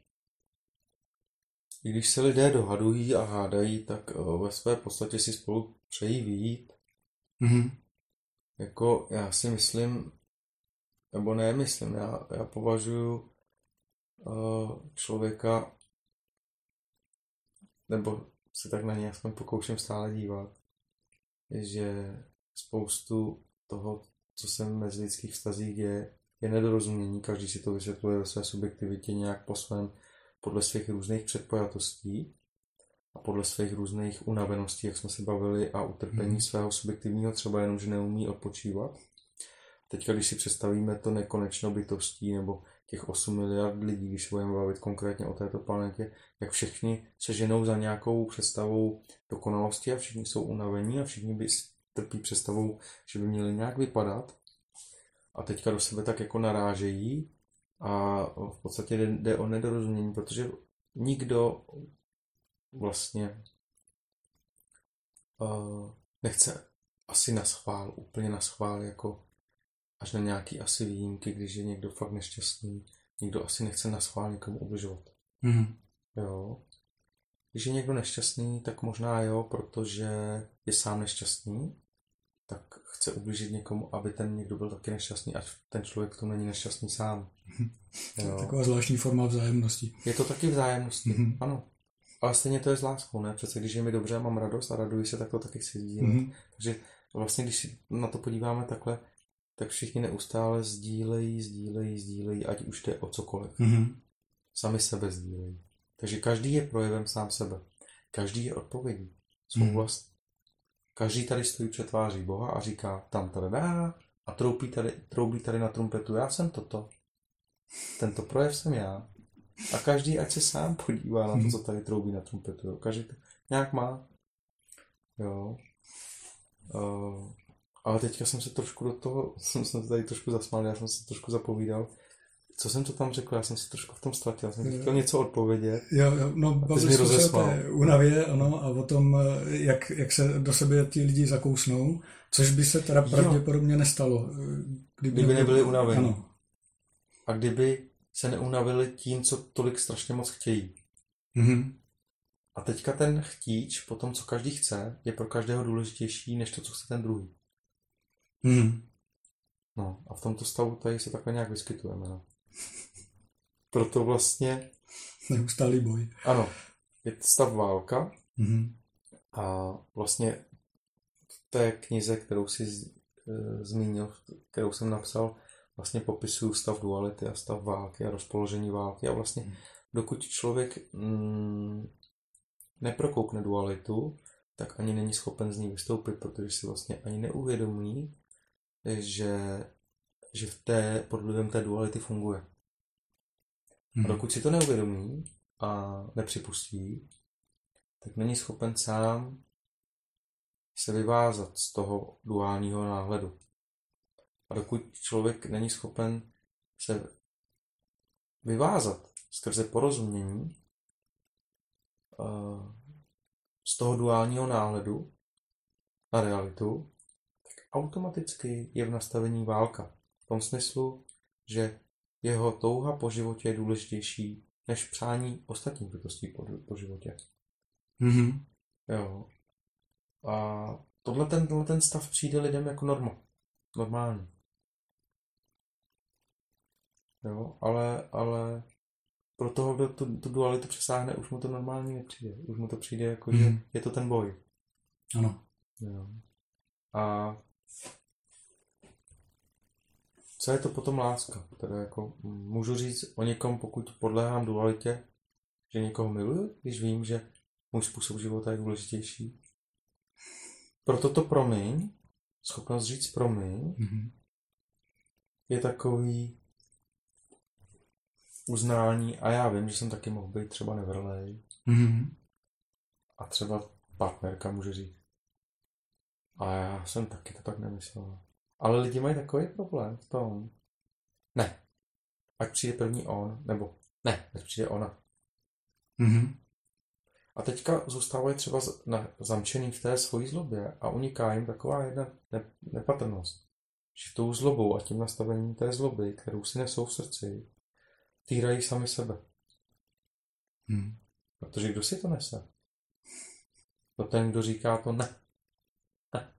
i když se lidé dohadují a hádají, tak ve své podstatě si spolu přejí vyjít.
Mm-hmm.
Jako já si myslím, nebo ne myslím, já, já považuji uh, člověka, nebo se tak na něj aspoň pokouším stále dívat, že spoustu toho, co se v mezilidských vztazích děje, je nedorozumění. Každý si to vysvětluje ve své subjektivitě nějak po svém, podle svých různých předpojatostí. a podle svých různých unaveností, jak jsme se bavili, a utrpení hmm. svého subjektivního, třeba jenom, že neumí odpočívat. Teďka, když si představíme to nekonečno bytostí, nebo těch osm miliard lidí, když se budeme bavit konkrétně o této planetě, jak všichni se ženou za nějakou představou dokonalosti a všichni jsou unavení a všichni by trpí představou, že by měli nějak vypadat. A teďka do sebe tak jako narážejí a v podstatě jde o nedorozumění, protože nikdo vlastně uh, nechce asi naschvál, úplně naschvál, jako až na nějaký asi výjimky, když je někdo fakt nešťastný. Nikdo asi nechce naschvál někomu ubližovat.
Mm.
Jo. Když je někdo nešťastný, tak možná jo, protože je sám nešťastný, tak chce ublížit někomu, aby ten někdo byl taky nešťastný, ať ten člověk v tom není nešťastný sám.
To je taková zvláštní forma vzájemnosti.
Je to taky vzájemnosti,
mm-hmm.
ano. Ale stejně to je s láskou, ne? Přece když je mi dobře a mám radost a raduji se, tak to taky chci sdílet. Mm-hmm. Takže vlastně, když si na to podíváme takhle, tak všichni neustále sdílejí, sdílejí, sdílejí, ať už jde o cokoliv.
Mm-hmm.
Sami sebe sdílejí. Takže každý je projevem sám sebe. Každý je odpovědí. Svou vlast. Každý tady stojí před tváří Boha a říká tam tady dá a troubí tady, troubí tady na trumpetu. Já jsem toto. Tento projev jsem já. A každý ať se sám podívá na to, co tady troubí na trumpetu. Jo. Každý to nějak má. Jo. Uh, ale teďka jsem se trošku do toho, jsem se tady trošku zasmál, já jsem se trošku zapovídal. Co jsem to tam řekl? Já jsem se trošku v tom ztratil. Já jsem chtěl něco odpovědět.
Jo, jo, no bavili jsme se o té únavě, ano, a o tom, jak, jak se do sebe ti lidi zakousnou, což by se teda pravděpodobně nestalo.
Kdyby, kdyby nebyli unavení.
Ano.
A kdyby se neunavili tím, co tolik strašně moc chtějí.
Mhm.
A teďka ten chtíč, po tom, co každý chce, je pro každého důležitější, než to, co chce ten druhý.
Mhm.
No, a v tomto stavu tady se takhle nějak vyskytujeme, no. Proto vlastně...
Neustálý boj.
Ano, je stav válka.
Mm-hmm.
A vlastně v té knize, kterou jsi z, e, zmínil, kterou jsem napsal, vlastně popisuju stav duality a stav války a rozpoložení války. A vlastně dokud člověk mm, neprokoukne dualitu, tak ani není schopen z ní vystoupit, protože si vlastně ani neuvědomí, že, že v té, pod vlivem té duality funguje. A dokud si to neuvědomí a nepřipustí, tak není schopen sám se vyvázat z toho duálního náhledu. A dokud člověk není schopen se vyvázat skrze porozumění z toho duálního náhledu na realitu, tak automaticky je v nastavení válka. V tom smyslu, že jeho touha po životě je důležitější než přání ostatních bytostí po, po životě.
Mm-hmm.
Jo. A tohle ten, tohle ten stav přijde lidem jako norma. Normální. Jo, ale, ale pro toho, kdo tu, tu dualitu přesáhne, už mu to normální nepřijde. Už mu to přijde jako, mm-hmm. že je to ten boj.
Ano.
Jo. A co je to potom láska? Teda jako, můžu říct o někom, pokud podléhám dualitě, že někoho miluji, když vím, že můj způsob života je důležitější. Proto to promiň, schopnost říct promiň,
mm-hmm. je
takový uznání a já vím, že jsem taky mohl být třeba nevrlej.
Mm-hmm.
A třeba partnerka může říct. A já jsem taky to tak nemyslel. Ale lidi mají takový problém v tom. Ne. Ať přijde první on, nebo ne, ať přijde ona.
Mm-hmm.
A teďka zůstávají třeba zamčený v té svojí zlobě a uniká jim taková jedna ne- nepatrnost. Že tou zlobou a tím nastavením té zloby, kterou si nesou v srdci, týrají sami sebe.
Mm.
Protože kdo si to nese? To ten, kdo říká to ne. Ne.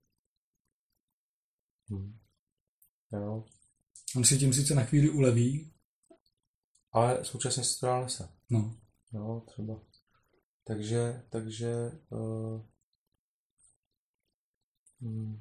Hmm. Jo.
On si tím sice na chvíli uleví,
ale současně si to dál nese.
No.
No, třeba. Takže, takže uh, hmm.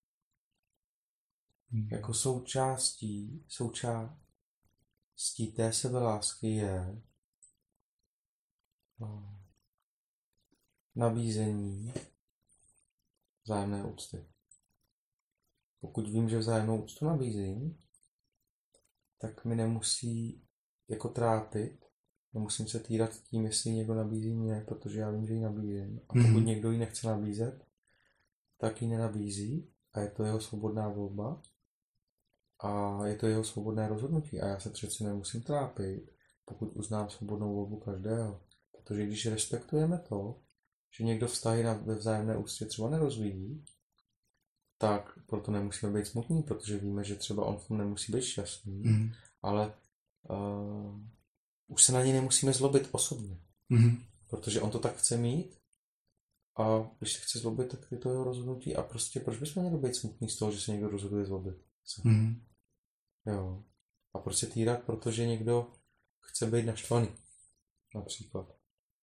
Hmm. jako součástí, součástí té sebelásky je uh, nabízení vzájemné úcty. Pokud vím, že vzájemnou úctu nabízím, tak mi nemusí jako trápit, nemusím se týrat tím, jestli někdo nabízí mě, protože já vím, že ji nabízím. A pokud mm-hmm. někdo ji nechce nabízet, tak ji nenabízí a je to jeho svobodná volba a je to jeho svobodné rozhodnutí a já se přeci nemusím trápit, pokud uznám svobodnou volbu každého. Protože když respektujeme to, že někdo vztahy na, ve vzájemné úctě třeba nerozvíjí, tak proto nemusíme být smutní, protože víme, že třeba on v tom nemusí být šťastný, mm. ale uh, už se na něj nemusíme zlobit osobně, mm. protože on to tak chce mít a když se chce zlobit, tak je to jeho rozhodnutí a prostě proč bychom měli být smutní z toho, že se někdo rozhoduje zlobit se. Mm. Jo. A proč se týrat, protože někdo chce být naštvaný, například.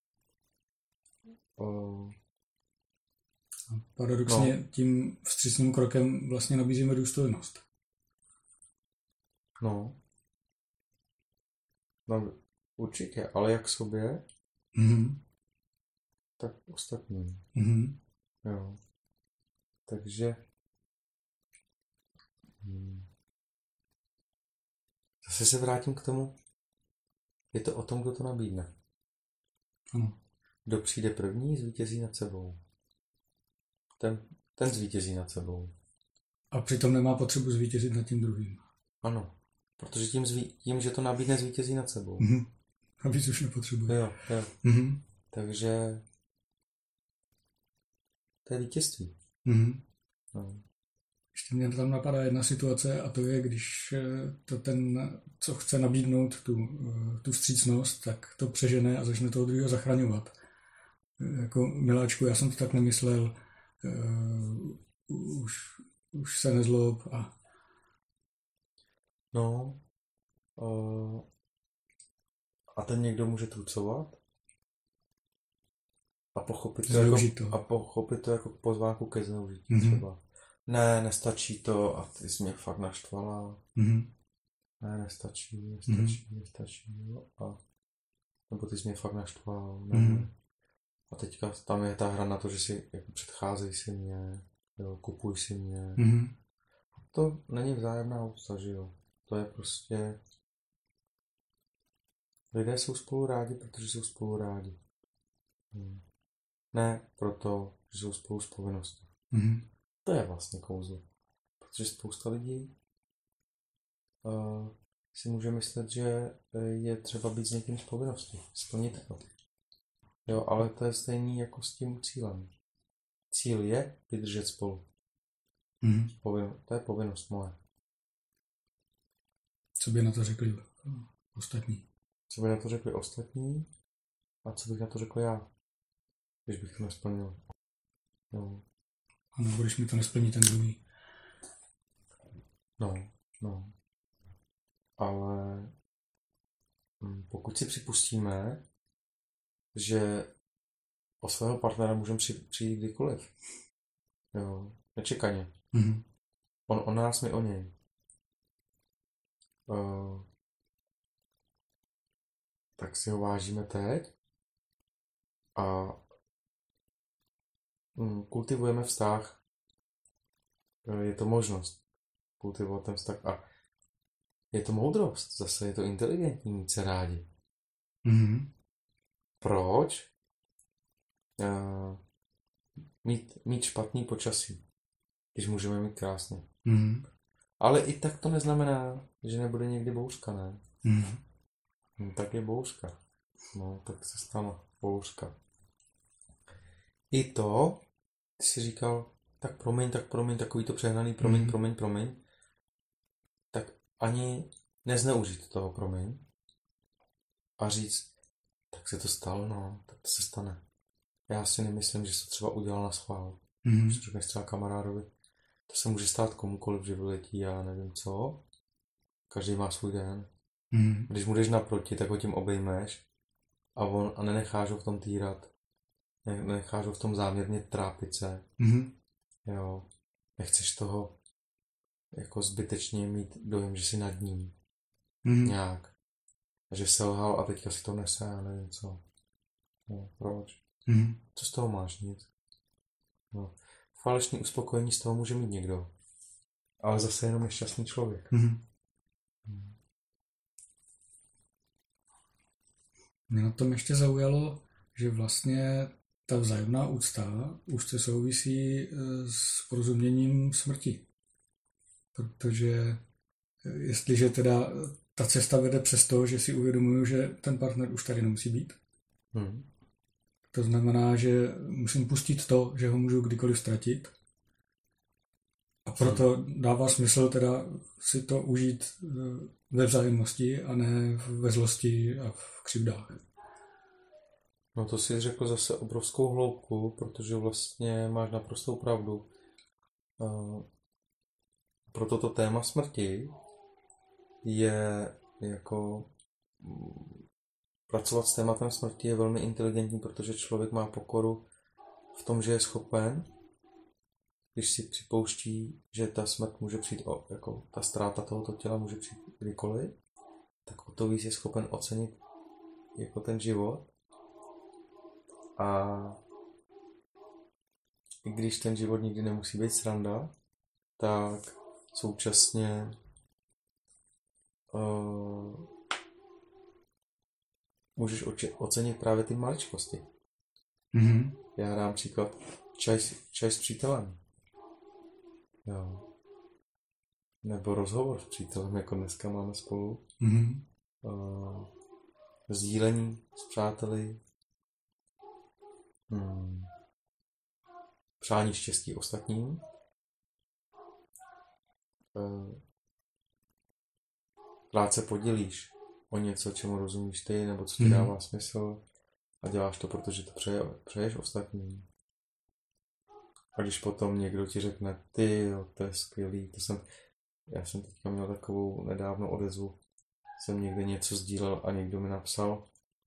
Uh,
Paradoxně no. tím vstřícným krokem vlastně nabízíme důstojnost.
No. No, určitě, ale jak sobě,
mm-hmm.
tak ostatním.
Mm-hmm.
Jo. Takže hmm. zase se vrátím k tomu, je to o tom, kdo to nabídne.
Ano.
Kdo přijde první, zvítězí nad sebou. Ten, ten zvítězí nad sebou.
A přitom nemá potřebu zvítězit nad tím druhým.
Ano, protože tím, zví, tím že to nabídne, zvítězí nad sebou.
Mm-hmm. A víc už nepotřebuje.
Jo, jo.
Mm-hmm.
Takže to je vítězství.
Mm-hmm.
No.
Ještě mě tam napadá jedna situace a to je, když to ten, co chce nabídnout tu, tu vstřícnost, tak to přežene a začne toho druhého zachraňovat. Jako miláčku, já jsem to tak nemyslel, uh, už, už se nezlob a...
No, uh, a ten někdo může trucovat a pochopit to, jako, a pochopit to jako pozvánku ke zneužití mm-hmm. třeba. Ne, nestačí to a ty jsi mě fakt naštvala.
Mm-hmm.
Ne, nestačí, nestačí, mm-hmm. nestačí. Jo. A, nebo ty jsi mě fakt naštval. Ne. Mm-hmm. A teďka tam je ta hra na to, že si jako předcházej si mě, jo, kupuj si mě.
Mm-hmm.
To není vzájemná úcta, že jo. To je prostě... Lidé jsou spolu rádi, protože jsou spolu rádi. Hmm. Ne proto, že jsou spolu s povinností.
Mm-hmm.
To je vlastně kouzlo. Protože spousta lidí uh, si může myslet, že je třeba být s někým z povinností. Splnit to. Jo, ale to je stejný jako s tím cílem. Cíl je vydržet spolu.
Mm-hmm.
Povin- to je povinnost moje.
Co by na to řekli ostatní?
Co by na to řekli ostatní a co bych na to řekl já, když bych to nesplnil. No.
A nebo když mi to nesplní ten druhý.
No, no. Ale pokud si připustíme, že o svého partnera můžeme přijít kdykoliv. Jo, nečekaně.
Mm-hmm.
On o nás, my o něj. Uh, tak si ho vážíme teď a um, kultivujeme vztah. Uh, je to možnost kultivovat ten vztah a je to moudrost, zase je to inteligentní mít se rádi.
Mm-hmm.
Proč? Uh, mít, mít špatný počasí, když můžeme mít krásně.
Mm-hmm.
Ale i tak to neznamená, že nebude někdy bouřka, ne?
Mm-hmm.
No, tak je bouřka. No, tak se stala bouřka. I to, ty jsi říkal, tak promiň, tak promiň, takový to přehnaný promiň, mm-hmm. promiň, promiň. Tak ani nezneužít toho promiň a říct, tak se to stalo, no, tak to se stane. Já si nemyslím, že se to třeba udělal na schvál.
Mm-hmm.
Když řekneš třeba kamarádovi, to se může stát komukoliv, že vyletí, já nevím co. Každý má svůj den.
Mm-hmm.
Když mu jdeš naproti, tak ho tím obejmeš a on a nenecháš ho v tom týrat. Nenecháš ho v tom záměrně trápit se.
Mm-hmm.
Jo. Nechceš toho jako zbytečně mít dojem, že jsi nad ním.
Mm-hmm.
Nějak. Že selhal a teďka si to nese, já nevím co. No, proč?
Mm.
Co z toho máš? Nic. No. Falešný uspokojení z toho může mít někdo. Ale zase jenom nešťastný člověk.
Mm. Mě na tom ještě zaujalo, že vlastně ta vzájemná úcta už se souvisí s porozuměním smrti. Protože jestliže teda ta cesta vede přes to, že si uvědomuju, že ten partner už tady nemusí být, hmm. to znamená, že musím pustit to, že ho můžu kdykoliv ztratit. A proto hmm. dává smysl teda si to užít ve vzájemnosti a ne ve zlosti a v křivdách.
No to si řekl zase obrovskou hloubku, protože vlastně máš naprostou pravdu. Proto to téma smrti je jako pracovat s tématem smrti je velmi inteligentní, protože člověk má pokoru v tom, že je schopen, když si připouští, že ta smrt může přijít, o, jako ta ztráta tohoto těla může přijít kdykoliv, tak o to víc je schopen ocenit jako ten život. A i když ten život nikdy nemusí být sranda, tak současně uh, můžeš oči- ocenit právě ty maličkosti.
Mm-hmm.
Já dám příklad čaj, čaj s přítelem. Jo. Nebo rozhovor s přítelem, jako dneska máme spolu.
Mm-hmm.
Uh, sdílení s přáteli. Hmm. Přání štěstí ostatním. Rád se podělíš o něco, čemu rozumíš ty, nebo co ti
mm.
dává smysl a děláš to, protože to přeje, přeješ ostatním. A když potom někdo ti řekne, ty jo, to je skvělý, to jsem, já jsem teďka měl takovou nedávnou odezvu, jsem někde něco sdílel a někdo mi napsal,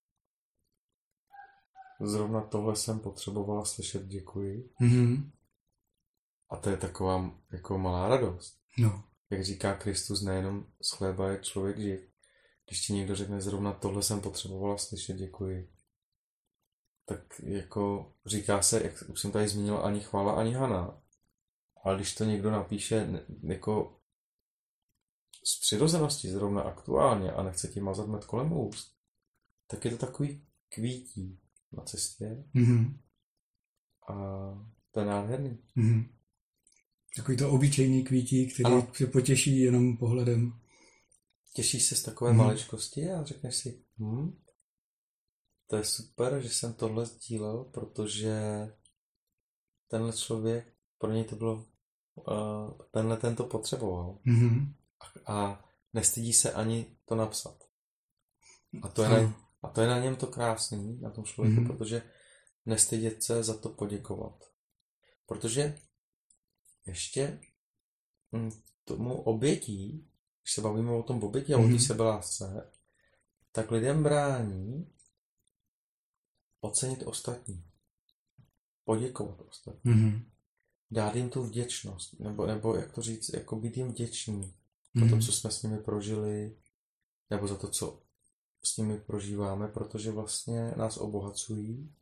zrovna tohle jsem potřebovala slyšet, děkuji.
Mm-hmm.
A to je taková jako malá radost.
No.
Jak říká Kristus, nejenom z chleba je člověk živ. Když ti někdo řekne, zrovna tohle jsem potřebovala slyšet, děkuji. Tak jako říká se, jak už jsem tady zmínil, ani chvála, ani hana. Ale když to někdo napíše jako z přirozenosti, zrovna aktuálně a nechce ti mazat med kolem úst, tak je to takový kvítí na cestě.
Mm-hmm.
A to je nádherný.
Mm-hmm. Takový to obyčejný kvítí, který ano. se potěší jenom pohledem.
Těšíš se z takové
mm.
maličkosti a řekneš si, hm, to je super, že jsem tohle sdílel, protože tenhle člověk, pro něj to bylo, uh, tenhle ten to potřeboval.
Mm.
A, a nestydí se ani to napsat. A to je, na, a to je na něm to krásný, na tom člověku, mm. protože nestydět se za to poděkovat. Protože ještě tomu obětí, když se bavíme o tom obětí a mm-hmm. o té sebelásce, tak lidem brání ocenit ostatní. Poděkovat ostatní. Mm-hmm. Dát jim tu vděčnost. Nebo, nebo jak to říct, jako být jim vděčný mm-hmm. za to, co jsme s nimi prožili, nebo za to, co s nimi prožíváme, protože vlastně nás obohacují.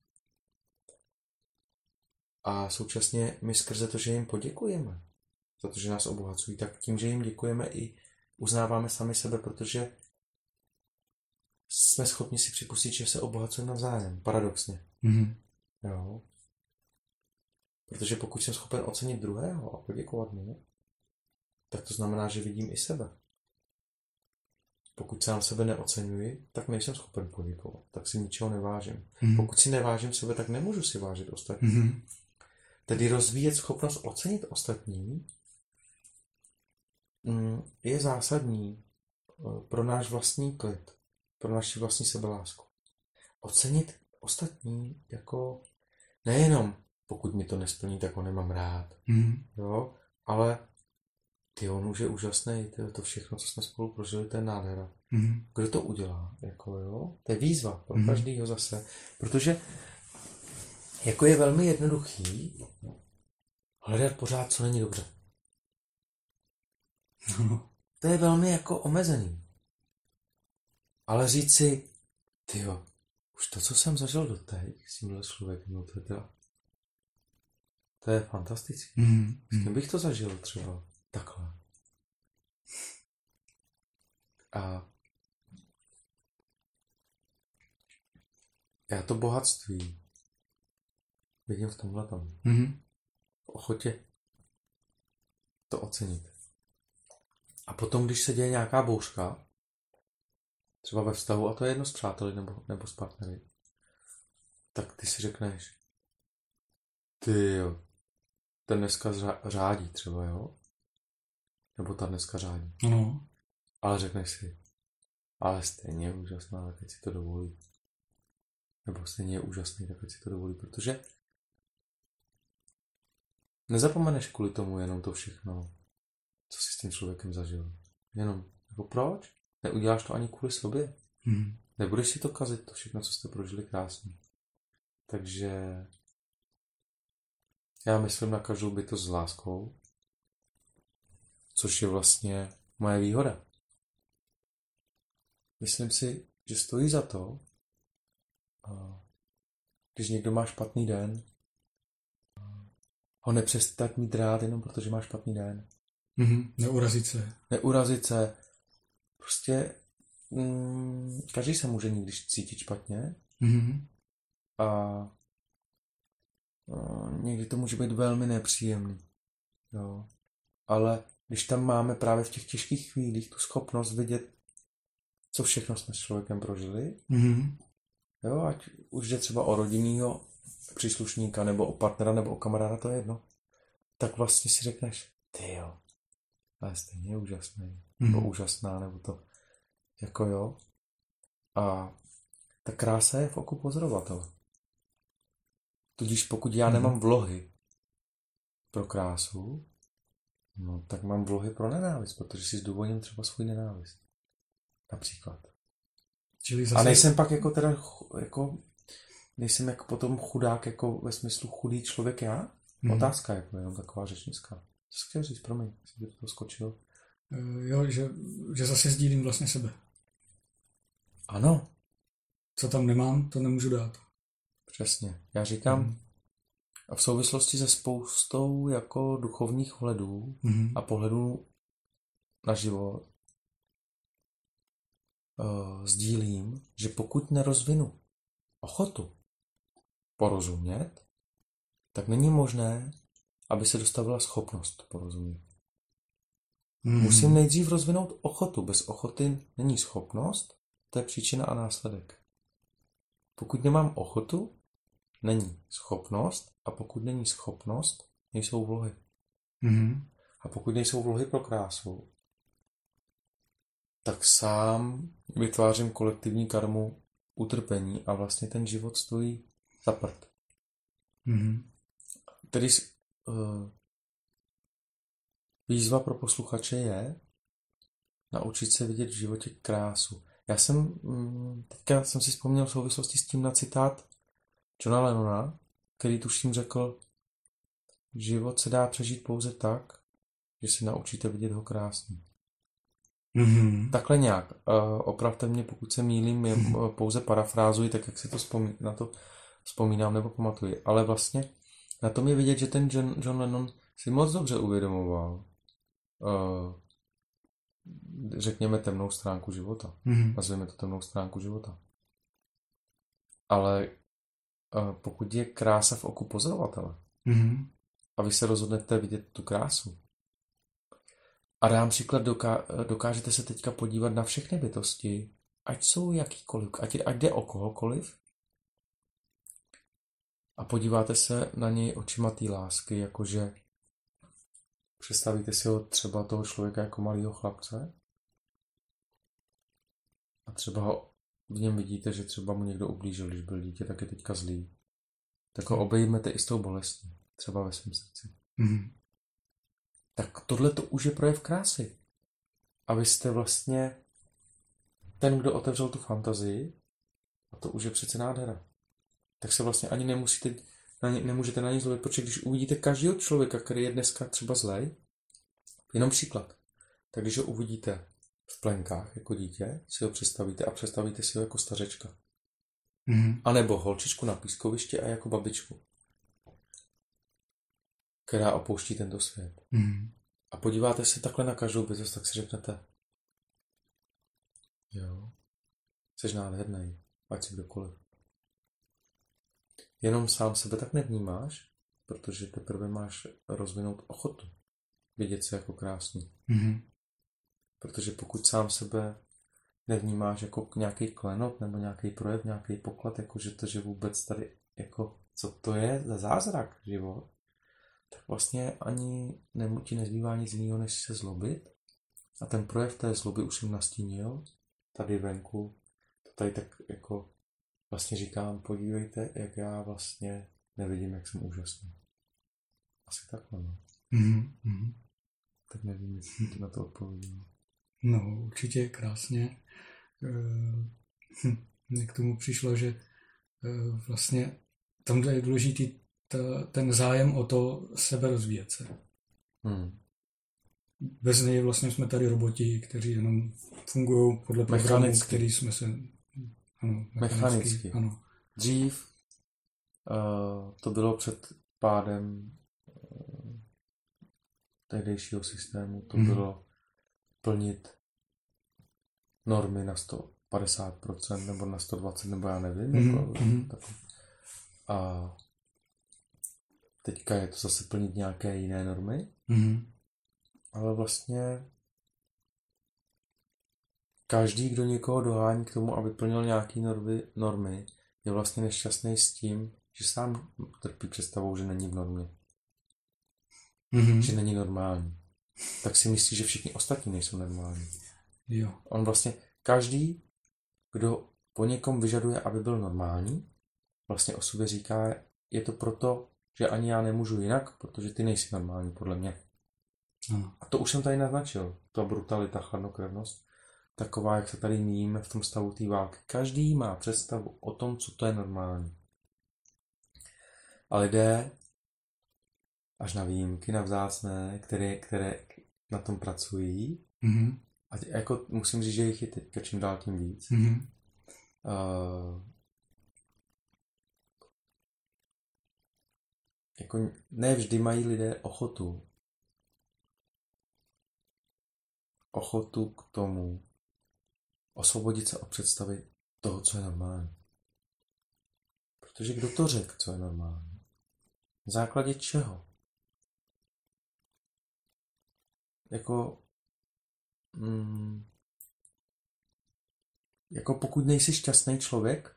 A současně my skrze to, že jim poděkujeme za to, že nás obohacují, tak tím, že jim děkujeme, i uznáváme sami sebe, protože jsme schopni si připustit, že se obohacujeme navzájem. Paradoxně. Mm-hmm. Jo. Protože pokud jsem schopen ocenit druhého a poděkovat mu, tak to znamená, že vidím i sebe. Pokud sám sebe neoceňuji, tak nejsem schopen poděkovat. Tak si ničeho nevážím. Mm-hmm. Pokud si nevážím sebe, tak nemůžu si vážit ostatní. Mm-hmm. Tedy rozvíjet schopnost ocenit ostatní je zásadní pro náš vlastní klid, pro naši vlastní sebelásku. Ocenit ostatní jako nejenom, pokud mi to nesplní, tak ho nemám rád, mm. jo, ale ty, on už je úžasný, ty, to všechno, co jsme spolu prožili, to je nádhera. Mm. Kdo to udělá? Jako, jo? To je výzva pro mm. každýho zase, protože jako je velmi jednoduchý hledat pořád, co není dobře. To je velmi jako omezený. Ale říct si, tyjo, Už to, co jsem zažil doteď s tímhle člověkem, no to je teda... To je fantastické.
Mm.
S kým bych to zažil třeba takhle? A já to bohatství vidím v tomhle tom.
Mm.
V ochotě to ocenit. A potom, když se děje nějaká bouřka, třeba ve vztahu, a to je jedno s přáteli nebo, nebo s partnery, tak ty si řekneš, ty jo, ten dneska zra- řádí třeba, jo? Nebo ta dneska řádí.
Ano.
Ale řekneš si, ale stejně je úžasná, tak ať si to dovolí. Nebo stejně je úžasný, tak ať si to dovolí, protože nezapomeneš kvůli tomu jenom to všechno, co jsi s tím člověkem zažil. Jenom, jako proč? Neuděláš to ani kvůli sobě.
Mm.
Nebudeš si to kazit, to všechno, co jste prožili krásně. Takže já myslím na každou bytost s láskou, což je vlastně moje výhoda. Myslím si, že stojí za to, když někdo má špatný den, ho nepřestat mít rád jenom protože má špatný den.
Mm. Neurazit se.
Neurazit se. Prostě mm, každý se může někdy cítit špatně
Mm.
a, a někdy to může být velmi nepříjemný. Jo. Ale když tam máme právě v těch těžkých chvílích tu schopnost vidět, co všechno jsme s člověkem prožili,
Mm.
jo, ať už jde třeba o rodinného příslušníka, nebo o partnera, nebo o kamaráda, to je jedno, tak vlastně si řekneš, ty jo, ale stejně je úžasný,
Mm.
nebo úžasná, nebo to, jako jo. A ta krása je v oku pozorovatele. Tudíž pokud já
Mm.
nemám vlohy pro krásu, no tak mám vlohy pro nenávist, protože si zdůvodním třeba svůj nenávist. Například.
Čili zase...
A nejsem pak jako teda, jako, nejsem jako potom chudák, jako ve smyslu chudý člověk já?
Mm.
Otázka, jako jenom taková řečnická. Co jsi chtěl říct, promiň, jsem do toho skočil.
Uh, jo, že, že zase sdílím vlastně sebe.
Ano,
Co tam nemám, to nemůžu dát.
přesně. Já říkám,
Mm.
a v souvislosti se spoustou jako duchovních vhledů
Mm.
a pohledů na život uh, sdílím, že pokud nerozvinu ochotu porozumět, tak není možné, aby se dostavila schopnost porozumět.
Mm.
Musím nejdřív rozvinout ochotu. Bez ochoty není schopnost, to je příčina a následek. Pokud nemám ochotu, není schopnost, a pokud není schopnost, nejsou vlohy.
Mm.
A pokud nejsou vlohy pro krásu, tak sám vytvářím kolektivní karmu utrpení a vlastně ten život stojí za prd.
Mm.
Tedy uh, výzva pro posluchače je naučit se vidět v životě krásu. Já jsem, um, teďka jsem si vzpomněl v souvislosti s tím na citát Johna Lennona, který tuším řekl, život se dá přežít pouze tak, že si naučíte vidět ho krásný.
Mm.
Takhle nějak. Uh, opravte mě, pokud se mýlím, je, uh, pouze parafrázuji, tak jak si to vzpomí, na to vzpomínám nebo pamatuji. Ale vlastně na tom je vidět, že ten John, John Lennon si moc dobře uvědomoval, uh, řekněme, temnou stránku života.
Mm.
Nazveme to temnou stránku života. Ale uh, pokud je krása v oku pozorovatele
Mm.
a vy se rozhodnete vidět tu krásu, a dám příklad, doká- dokážete se teďka podívat na všechny bytosti, ať jsou jakýkoliv, ať, ať jde o kohokoliv, a podíváte se na něj očima té lásky, jakože představíte si ho třeba toho člověka jako malýho chlapce a třeba ho v něm vidíte, že třeba mu někdo ublížil, když byl dítě, tak je teďka zlý. Tak ho obejmete i s tou bolestí, třeba ve svém srdci.
Mm.
Tak tohle to už je projev krásy. A vy jste vlastně ten, kdo otevřel tu fantazii, a to už je přece nádhera. Tak se vlastně ani nemusíte, na ně, nemůžete na ně zlobit, protože když uvidíte každého člověka, který je dneska třeba zlej, jenom příklad, tak když ho uvidíte v plenkách jako dítě, si ho představíte a představíte si ho jako stařečka.
Mm-hmm.
A nebo holčičku na pískovišti a jako babičku, která opouští tento svět.
Mm-hmm.
A podíváte se takhle na každou bytost, tak si řeknete, jo, jsi nádherný, ať si kdokoliv. Jenom sám sebe tak nevnímáš, protože teprve máš rozvinout ochotu vidět se jako krásný.
Mm-hmm.
Protože pokud sám sebe nevnímáš jako nějaký klenot nebo nějaký projev, nějaký poklad, jako že to, že vůbec tady, jako co to je za zázrak život, tak vlastně ani nemu, ti nezbývá nic jiného, než se zlobit. A ten projev té zloby už jsem nastínil, tady venku, to tady tak jako vlastně říkám, podívejte, jak já vlastně nevidím, jak jsem úžasný. Asi takhle, no.
Mm-hmm.
Tak nevím, jestli to na to odpověděl.
No, určitě krásně. Mně k tomu přišlo, že vlastně tam je důležitý ta, ten zájem o to sebe rozvíjet se.
Hmm.
Bez něj vlastně jsme tady roboti, kteří jenom fungují podle programu, který jsme se... Ano, mechanicky.
mechanicky.
Ano.
Dřív uh, to bylo před pádem uh, tehdejšího systému, to hmm. bylo plnit normy na sto padesát procent nebo na sto dvacet, nebo já nevím.
Hmm.
Jako,
hmm.
A teďka je to zase plnit nějaké jiné normy,
hmm.
ale vlastně každý, kdo někoho dohání k tomu, aby plnil nějaké normy, normy, je vlastně nešťastný s tím, že sám trpí představou, že není v normě. Mm-hmm. Že není normální. Tak si myslí, že všichni ostatní nejsou normální.
Jo.
On vlastně, každý, kdo po někom vyžaduje, aby byl normální, vlastně o sobě říká, je to proto, že ani já nemůžu jinak, protože ty nejsi normální, podle mě.
Ano.
A to už jsem tady naznačil. Ta brutalita, chladnokrevnost, taková, jak se tady míjíme v tom stavu té války. Každý má představu o tom, co to je normální. A lidé, až na výjimky, na vzácné, které, které na tom pracují,
mm-hmm.
a jako musím říct, že jich je teďka čím dál tím víc.
Mm-hmm.
Uh, jako ne vždy mají lidé ochotu ochotu k tomu osvobodit se od představy toho, co je normální. Protože kdo to řekl, co je normální? Na základě čeho? Jako mm, jako pokud nejsi šťastný člověk,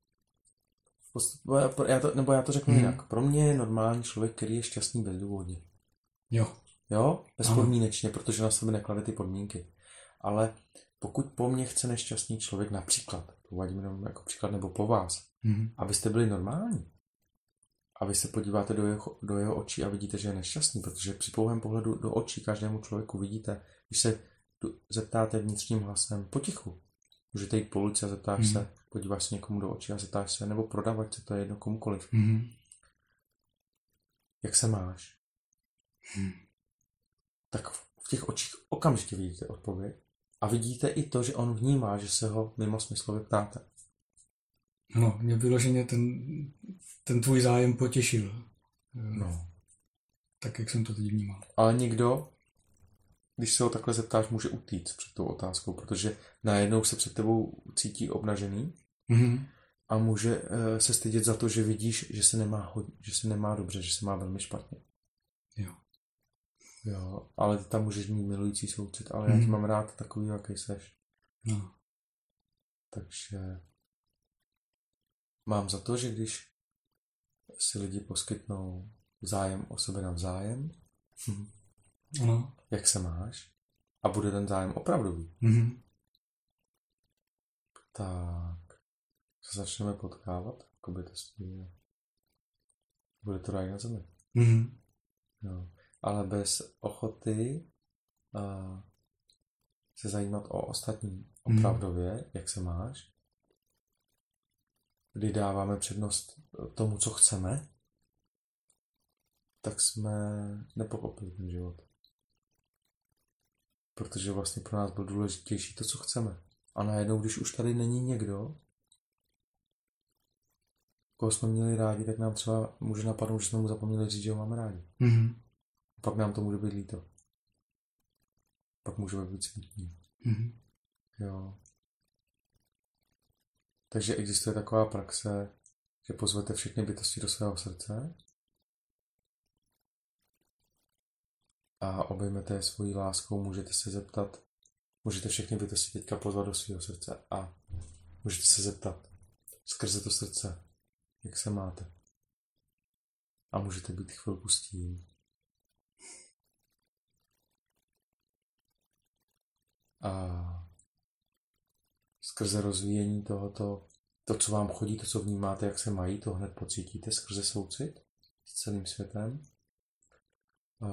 já to, nebo já to řeknu hmm. jinak. Pro mě je normální člověk, který je šťastný bezdůvodně.
Jo.
Jo? Bezpodmínečně, protože na sebe neklade ty podmínky. Ale pokud po mně chce nešťastný člověk, například, to uvádím jenom jako příklad, nebo po vás,
hmm.
abyste byli normální, a vy se podíváte do jeho, do jeho očí a vidíte, že je nešťastný, protože při pouhém pohledu do očí každému člověku vidíte, když se zeptáte vnitřním hlasem potichu, můžete jít po ulici a zeptáš hmm. se, podíváš se někomu do očí a zeptáš se, nebo prodavačce, to je jedno komukoliv.
Hmm.
Jak se máš?
Hmm.
Tak v těch očích okamžitě vidíte odpověď a vidíte i to, že on vnímá, že se ho mimo smyslově ptáte.
No, mě vyloženě ten, ten tvůj zájem potěšil.
No.
Tak, jak jsem to teď vnímal. Ale
někdo, když se ho takhle zeptáš, může utíct před tou otázkou, protože najednou se před tebou cítí obnažený
mm-hmm.
a může uh, se stydět za to, že vidíš, že se nemá, že se nemá dobře, že se má velmi špatně.
Jo.
Jo, ale ty tam můžeš mít milující soucit, ale mm-hmm. já tě mám rád takový, jaký seš.
No.
Takže mám za to, že když si lidi poskytnou zájem o sebe navzájem,
ano.
jak se máš, a bude ten zájem opravdový,
mm-hmm.
tak se začneme potkávat, jako bytosti. Bude to ráj na zemi.
Mm-hmm.
No. Ale bez ochoty uh, se zajímat o ostatní opravdově, mm. jak se máš, kdy dáváme přednost tomu, co chceme, tak jsme nepochopili ten život. Protože vlastně pro nás bylo důležitější to, co chceme. A najednou, když už tady není někdo, koho jsme měli rádi, tak nám třeba může napadnout, že jsme mu zapomněli říct, že ho máme rádi.
Mm-hmm.
Pak nám to může být líto. Pak můžeme být smutní.
Mm-hmm.
Jo. Takže existuje taková praxe, že pozvete všechny bytosti do svého srdce a obejmete je svojí láskou, můžete se zeptat, můžete všechny bytosti teďka pozvat do svého srdce a můžete se zeptat skrze to srdce, jak se máte. A můžete být chvilku s tím. A skrze rozvíjení tohoto, to, co vám chodí, to, co vnímáte, jak se mají, to hned pocítíte skrze soucit s celým světem. A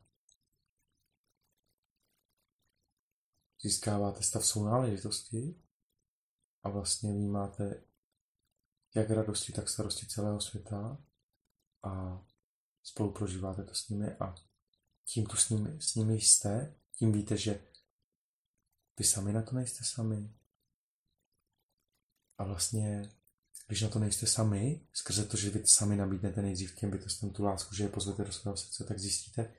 získáváte stav sounáležitosti a vlastně vnímáte jak radosti, tak starosti celého světa a spolu prožíváte to s nimi a tím tu s nimi, s nimi jste, tím víte, že vy sami na to nejste sami. A vlastně, když na to nejste sami, skrze to, že vy sami nabídnete nejdřív těm bytostem tu lásku, že je pozvete do svého srdce, tak zjistíte,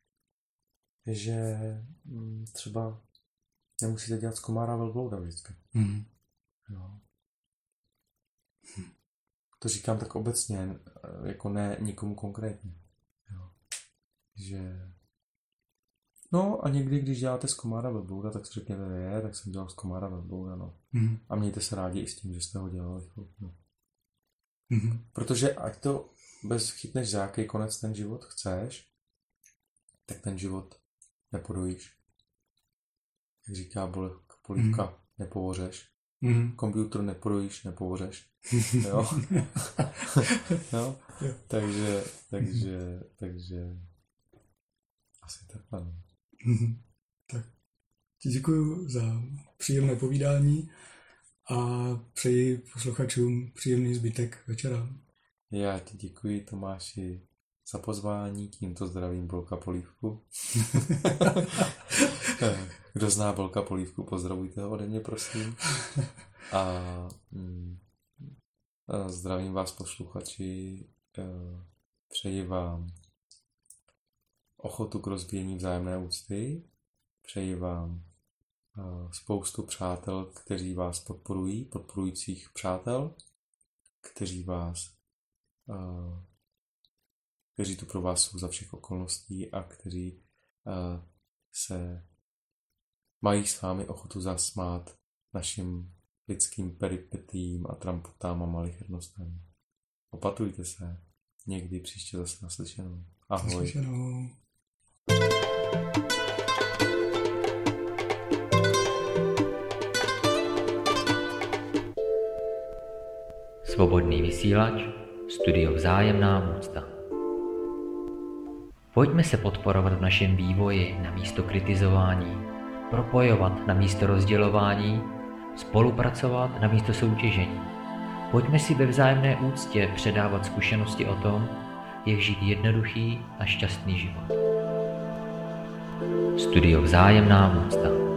že třeba nemusíte dělat z komára velblouda vždycky.
Mm.
Jo. To říkám tak obecně, jako ne nikomu konkrétně. Jo. Že... No a někdy, když děláte z komára velblouda, tak si řekněte, je, tak jsem dělal z komára velblouda, no.
Mm.
A mějte se rádi i s tím, že jste ho dělali. No.
Mm.
Protože ať to bez chytneš za jaký konec ten život chceš, tak ten život nepodojíš. Jak říká Polívka, mm. nepovořeš.
Mm.
Komputer nepodojíš, nepovořeš. Jo? No? takže, takže, takže asi takhle.
Mm. Tak ti děkuji za příjemné povídání a přeji posluchačům příjemný zbytek večera.
Já ti děkuji, Tomáši, za pozvání, tímto zdravím Bolka Polívku. Kdo zná Bolka Polívku, pozdravujte ho ode mě, prosím. A, mm, a zdravím vás, posluchači, přeji vám ochotu k rozvíjení vzájemné úcty, přeji vám spoustu přátel, kteří vás podporují, podporujících přátel, kteří vás kteří tu pro vás jsou za všech okolností a kteří se mají s vámi ochotu zasmát našim lidským peripetím a trampotám a malichernostem. Opatrujte se. Někdy příště zase naslyšenou. Ahoj.
Naslyšenou.
Svobodný vysílač, studio Vzájemná úcta. Pojďme se podporovat v našem vývoji na místo kritizování, propojovat na místo rozdělování, spolupracovat na místo soutěžení. Pojďme si ve vzájemné úctě předávat zkušenosti o tom, jak žít jednoduchý a šťastný život. Studio Vzájemná úcta.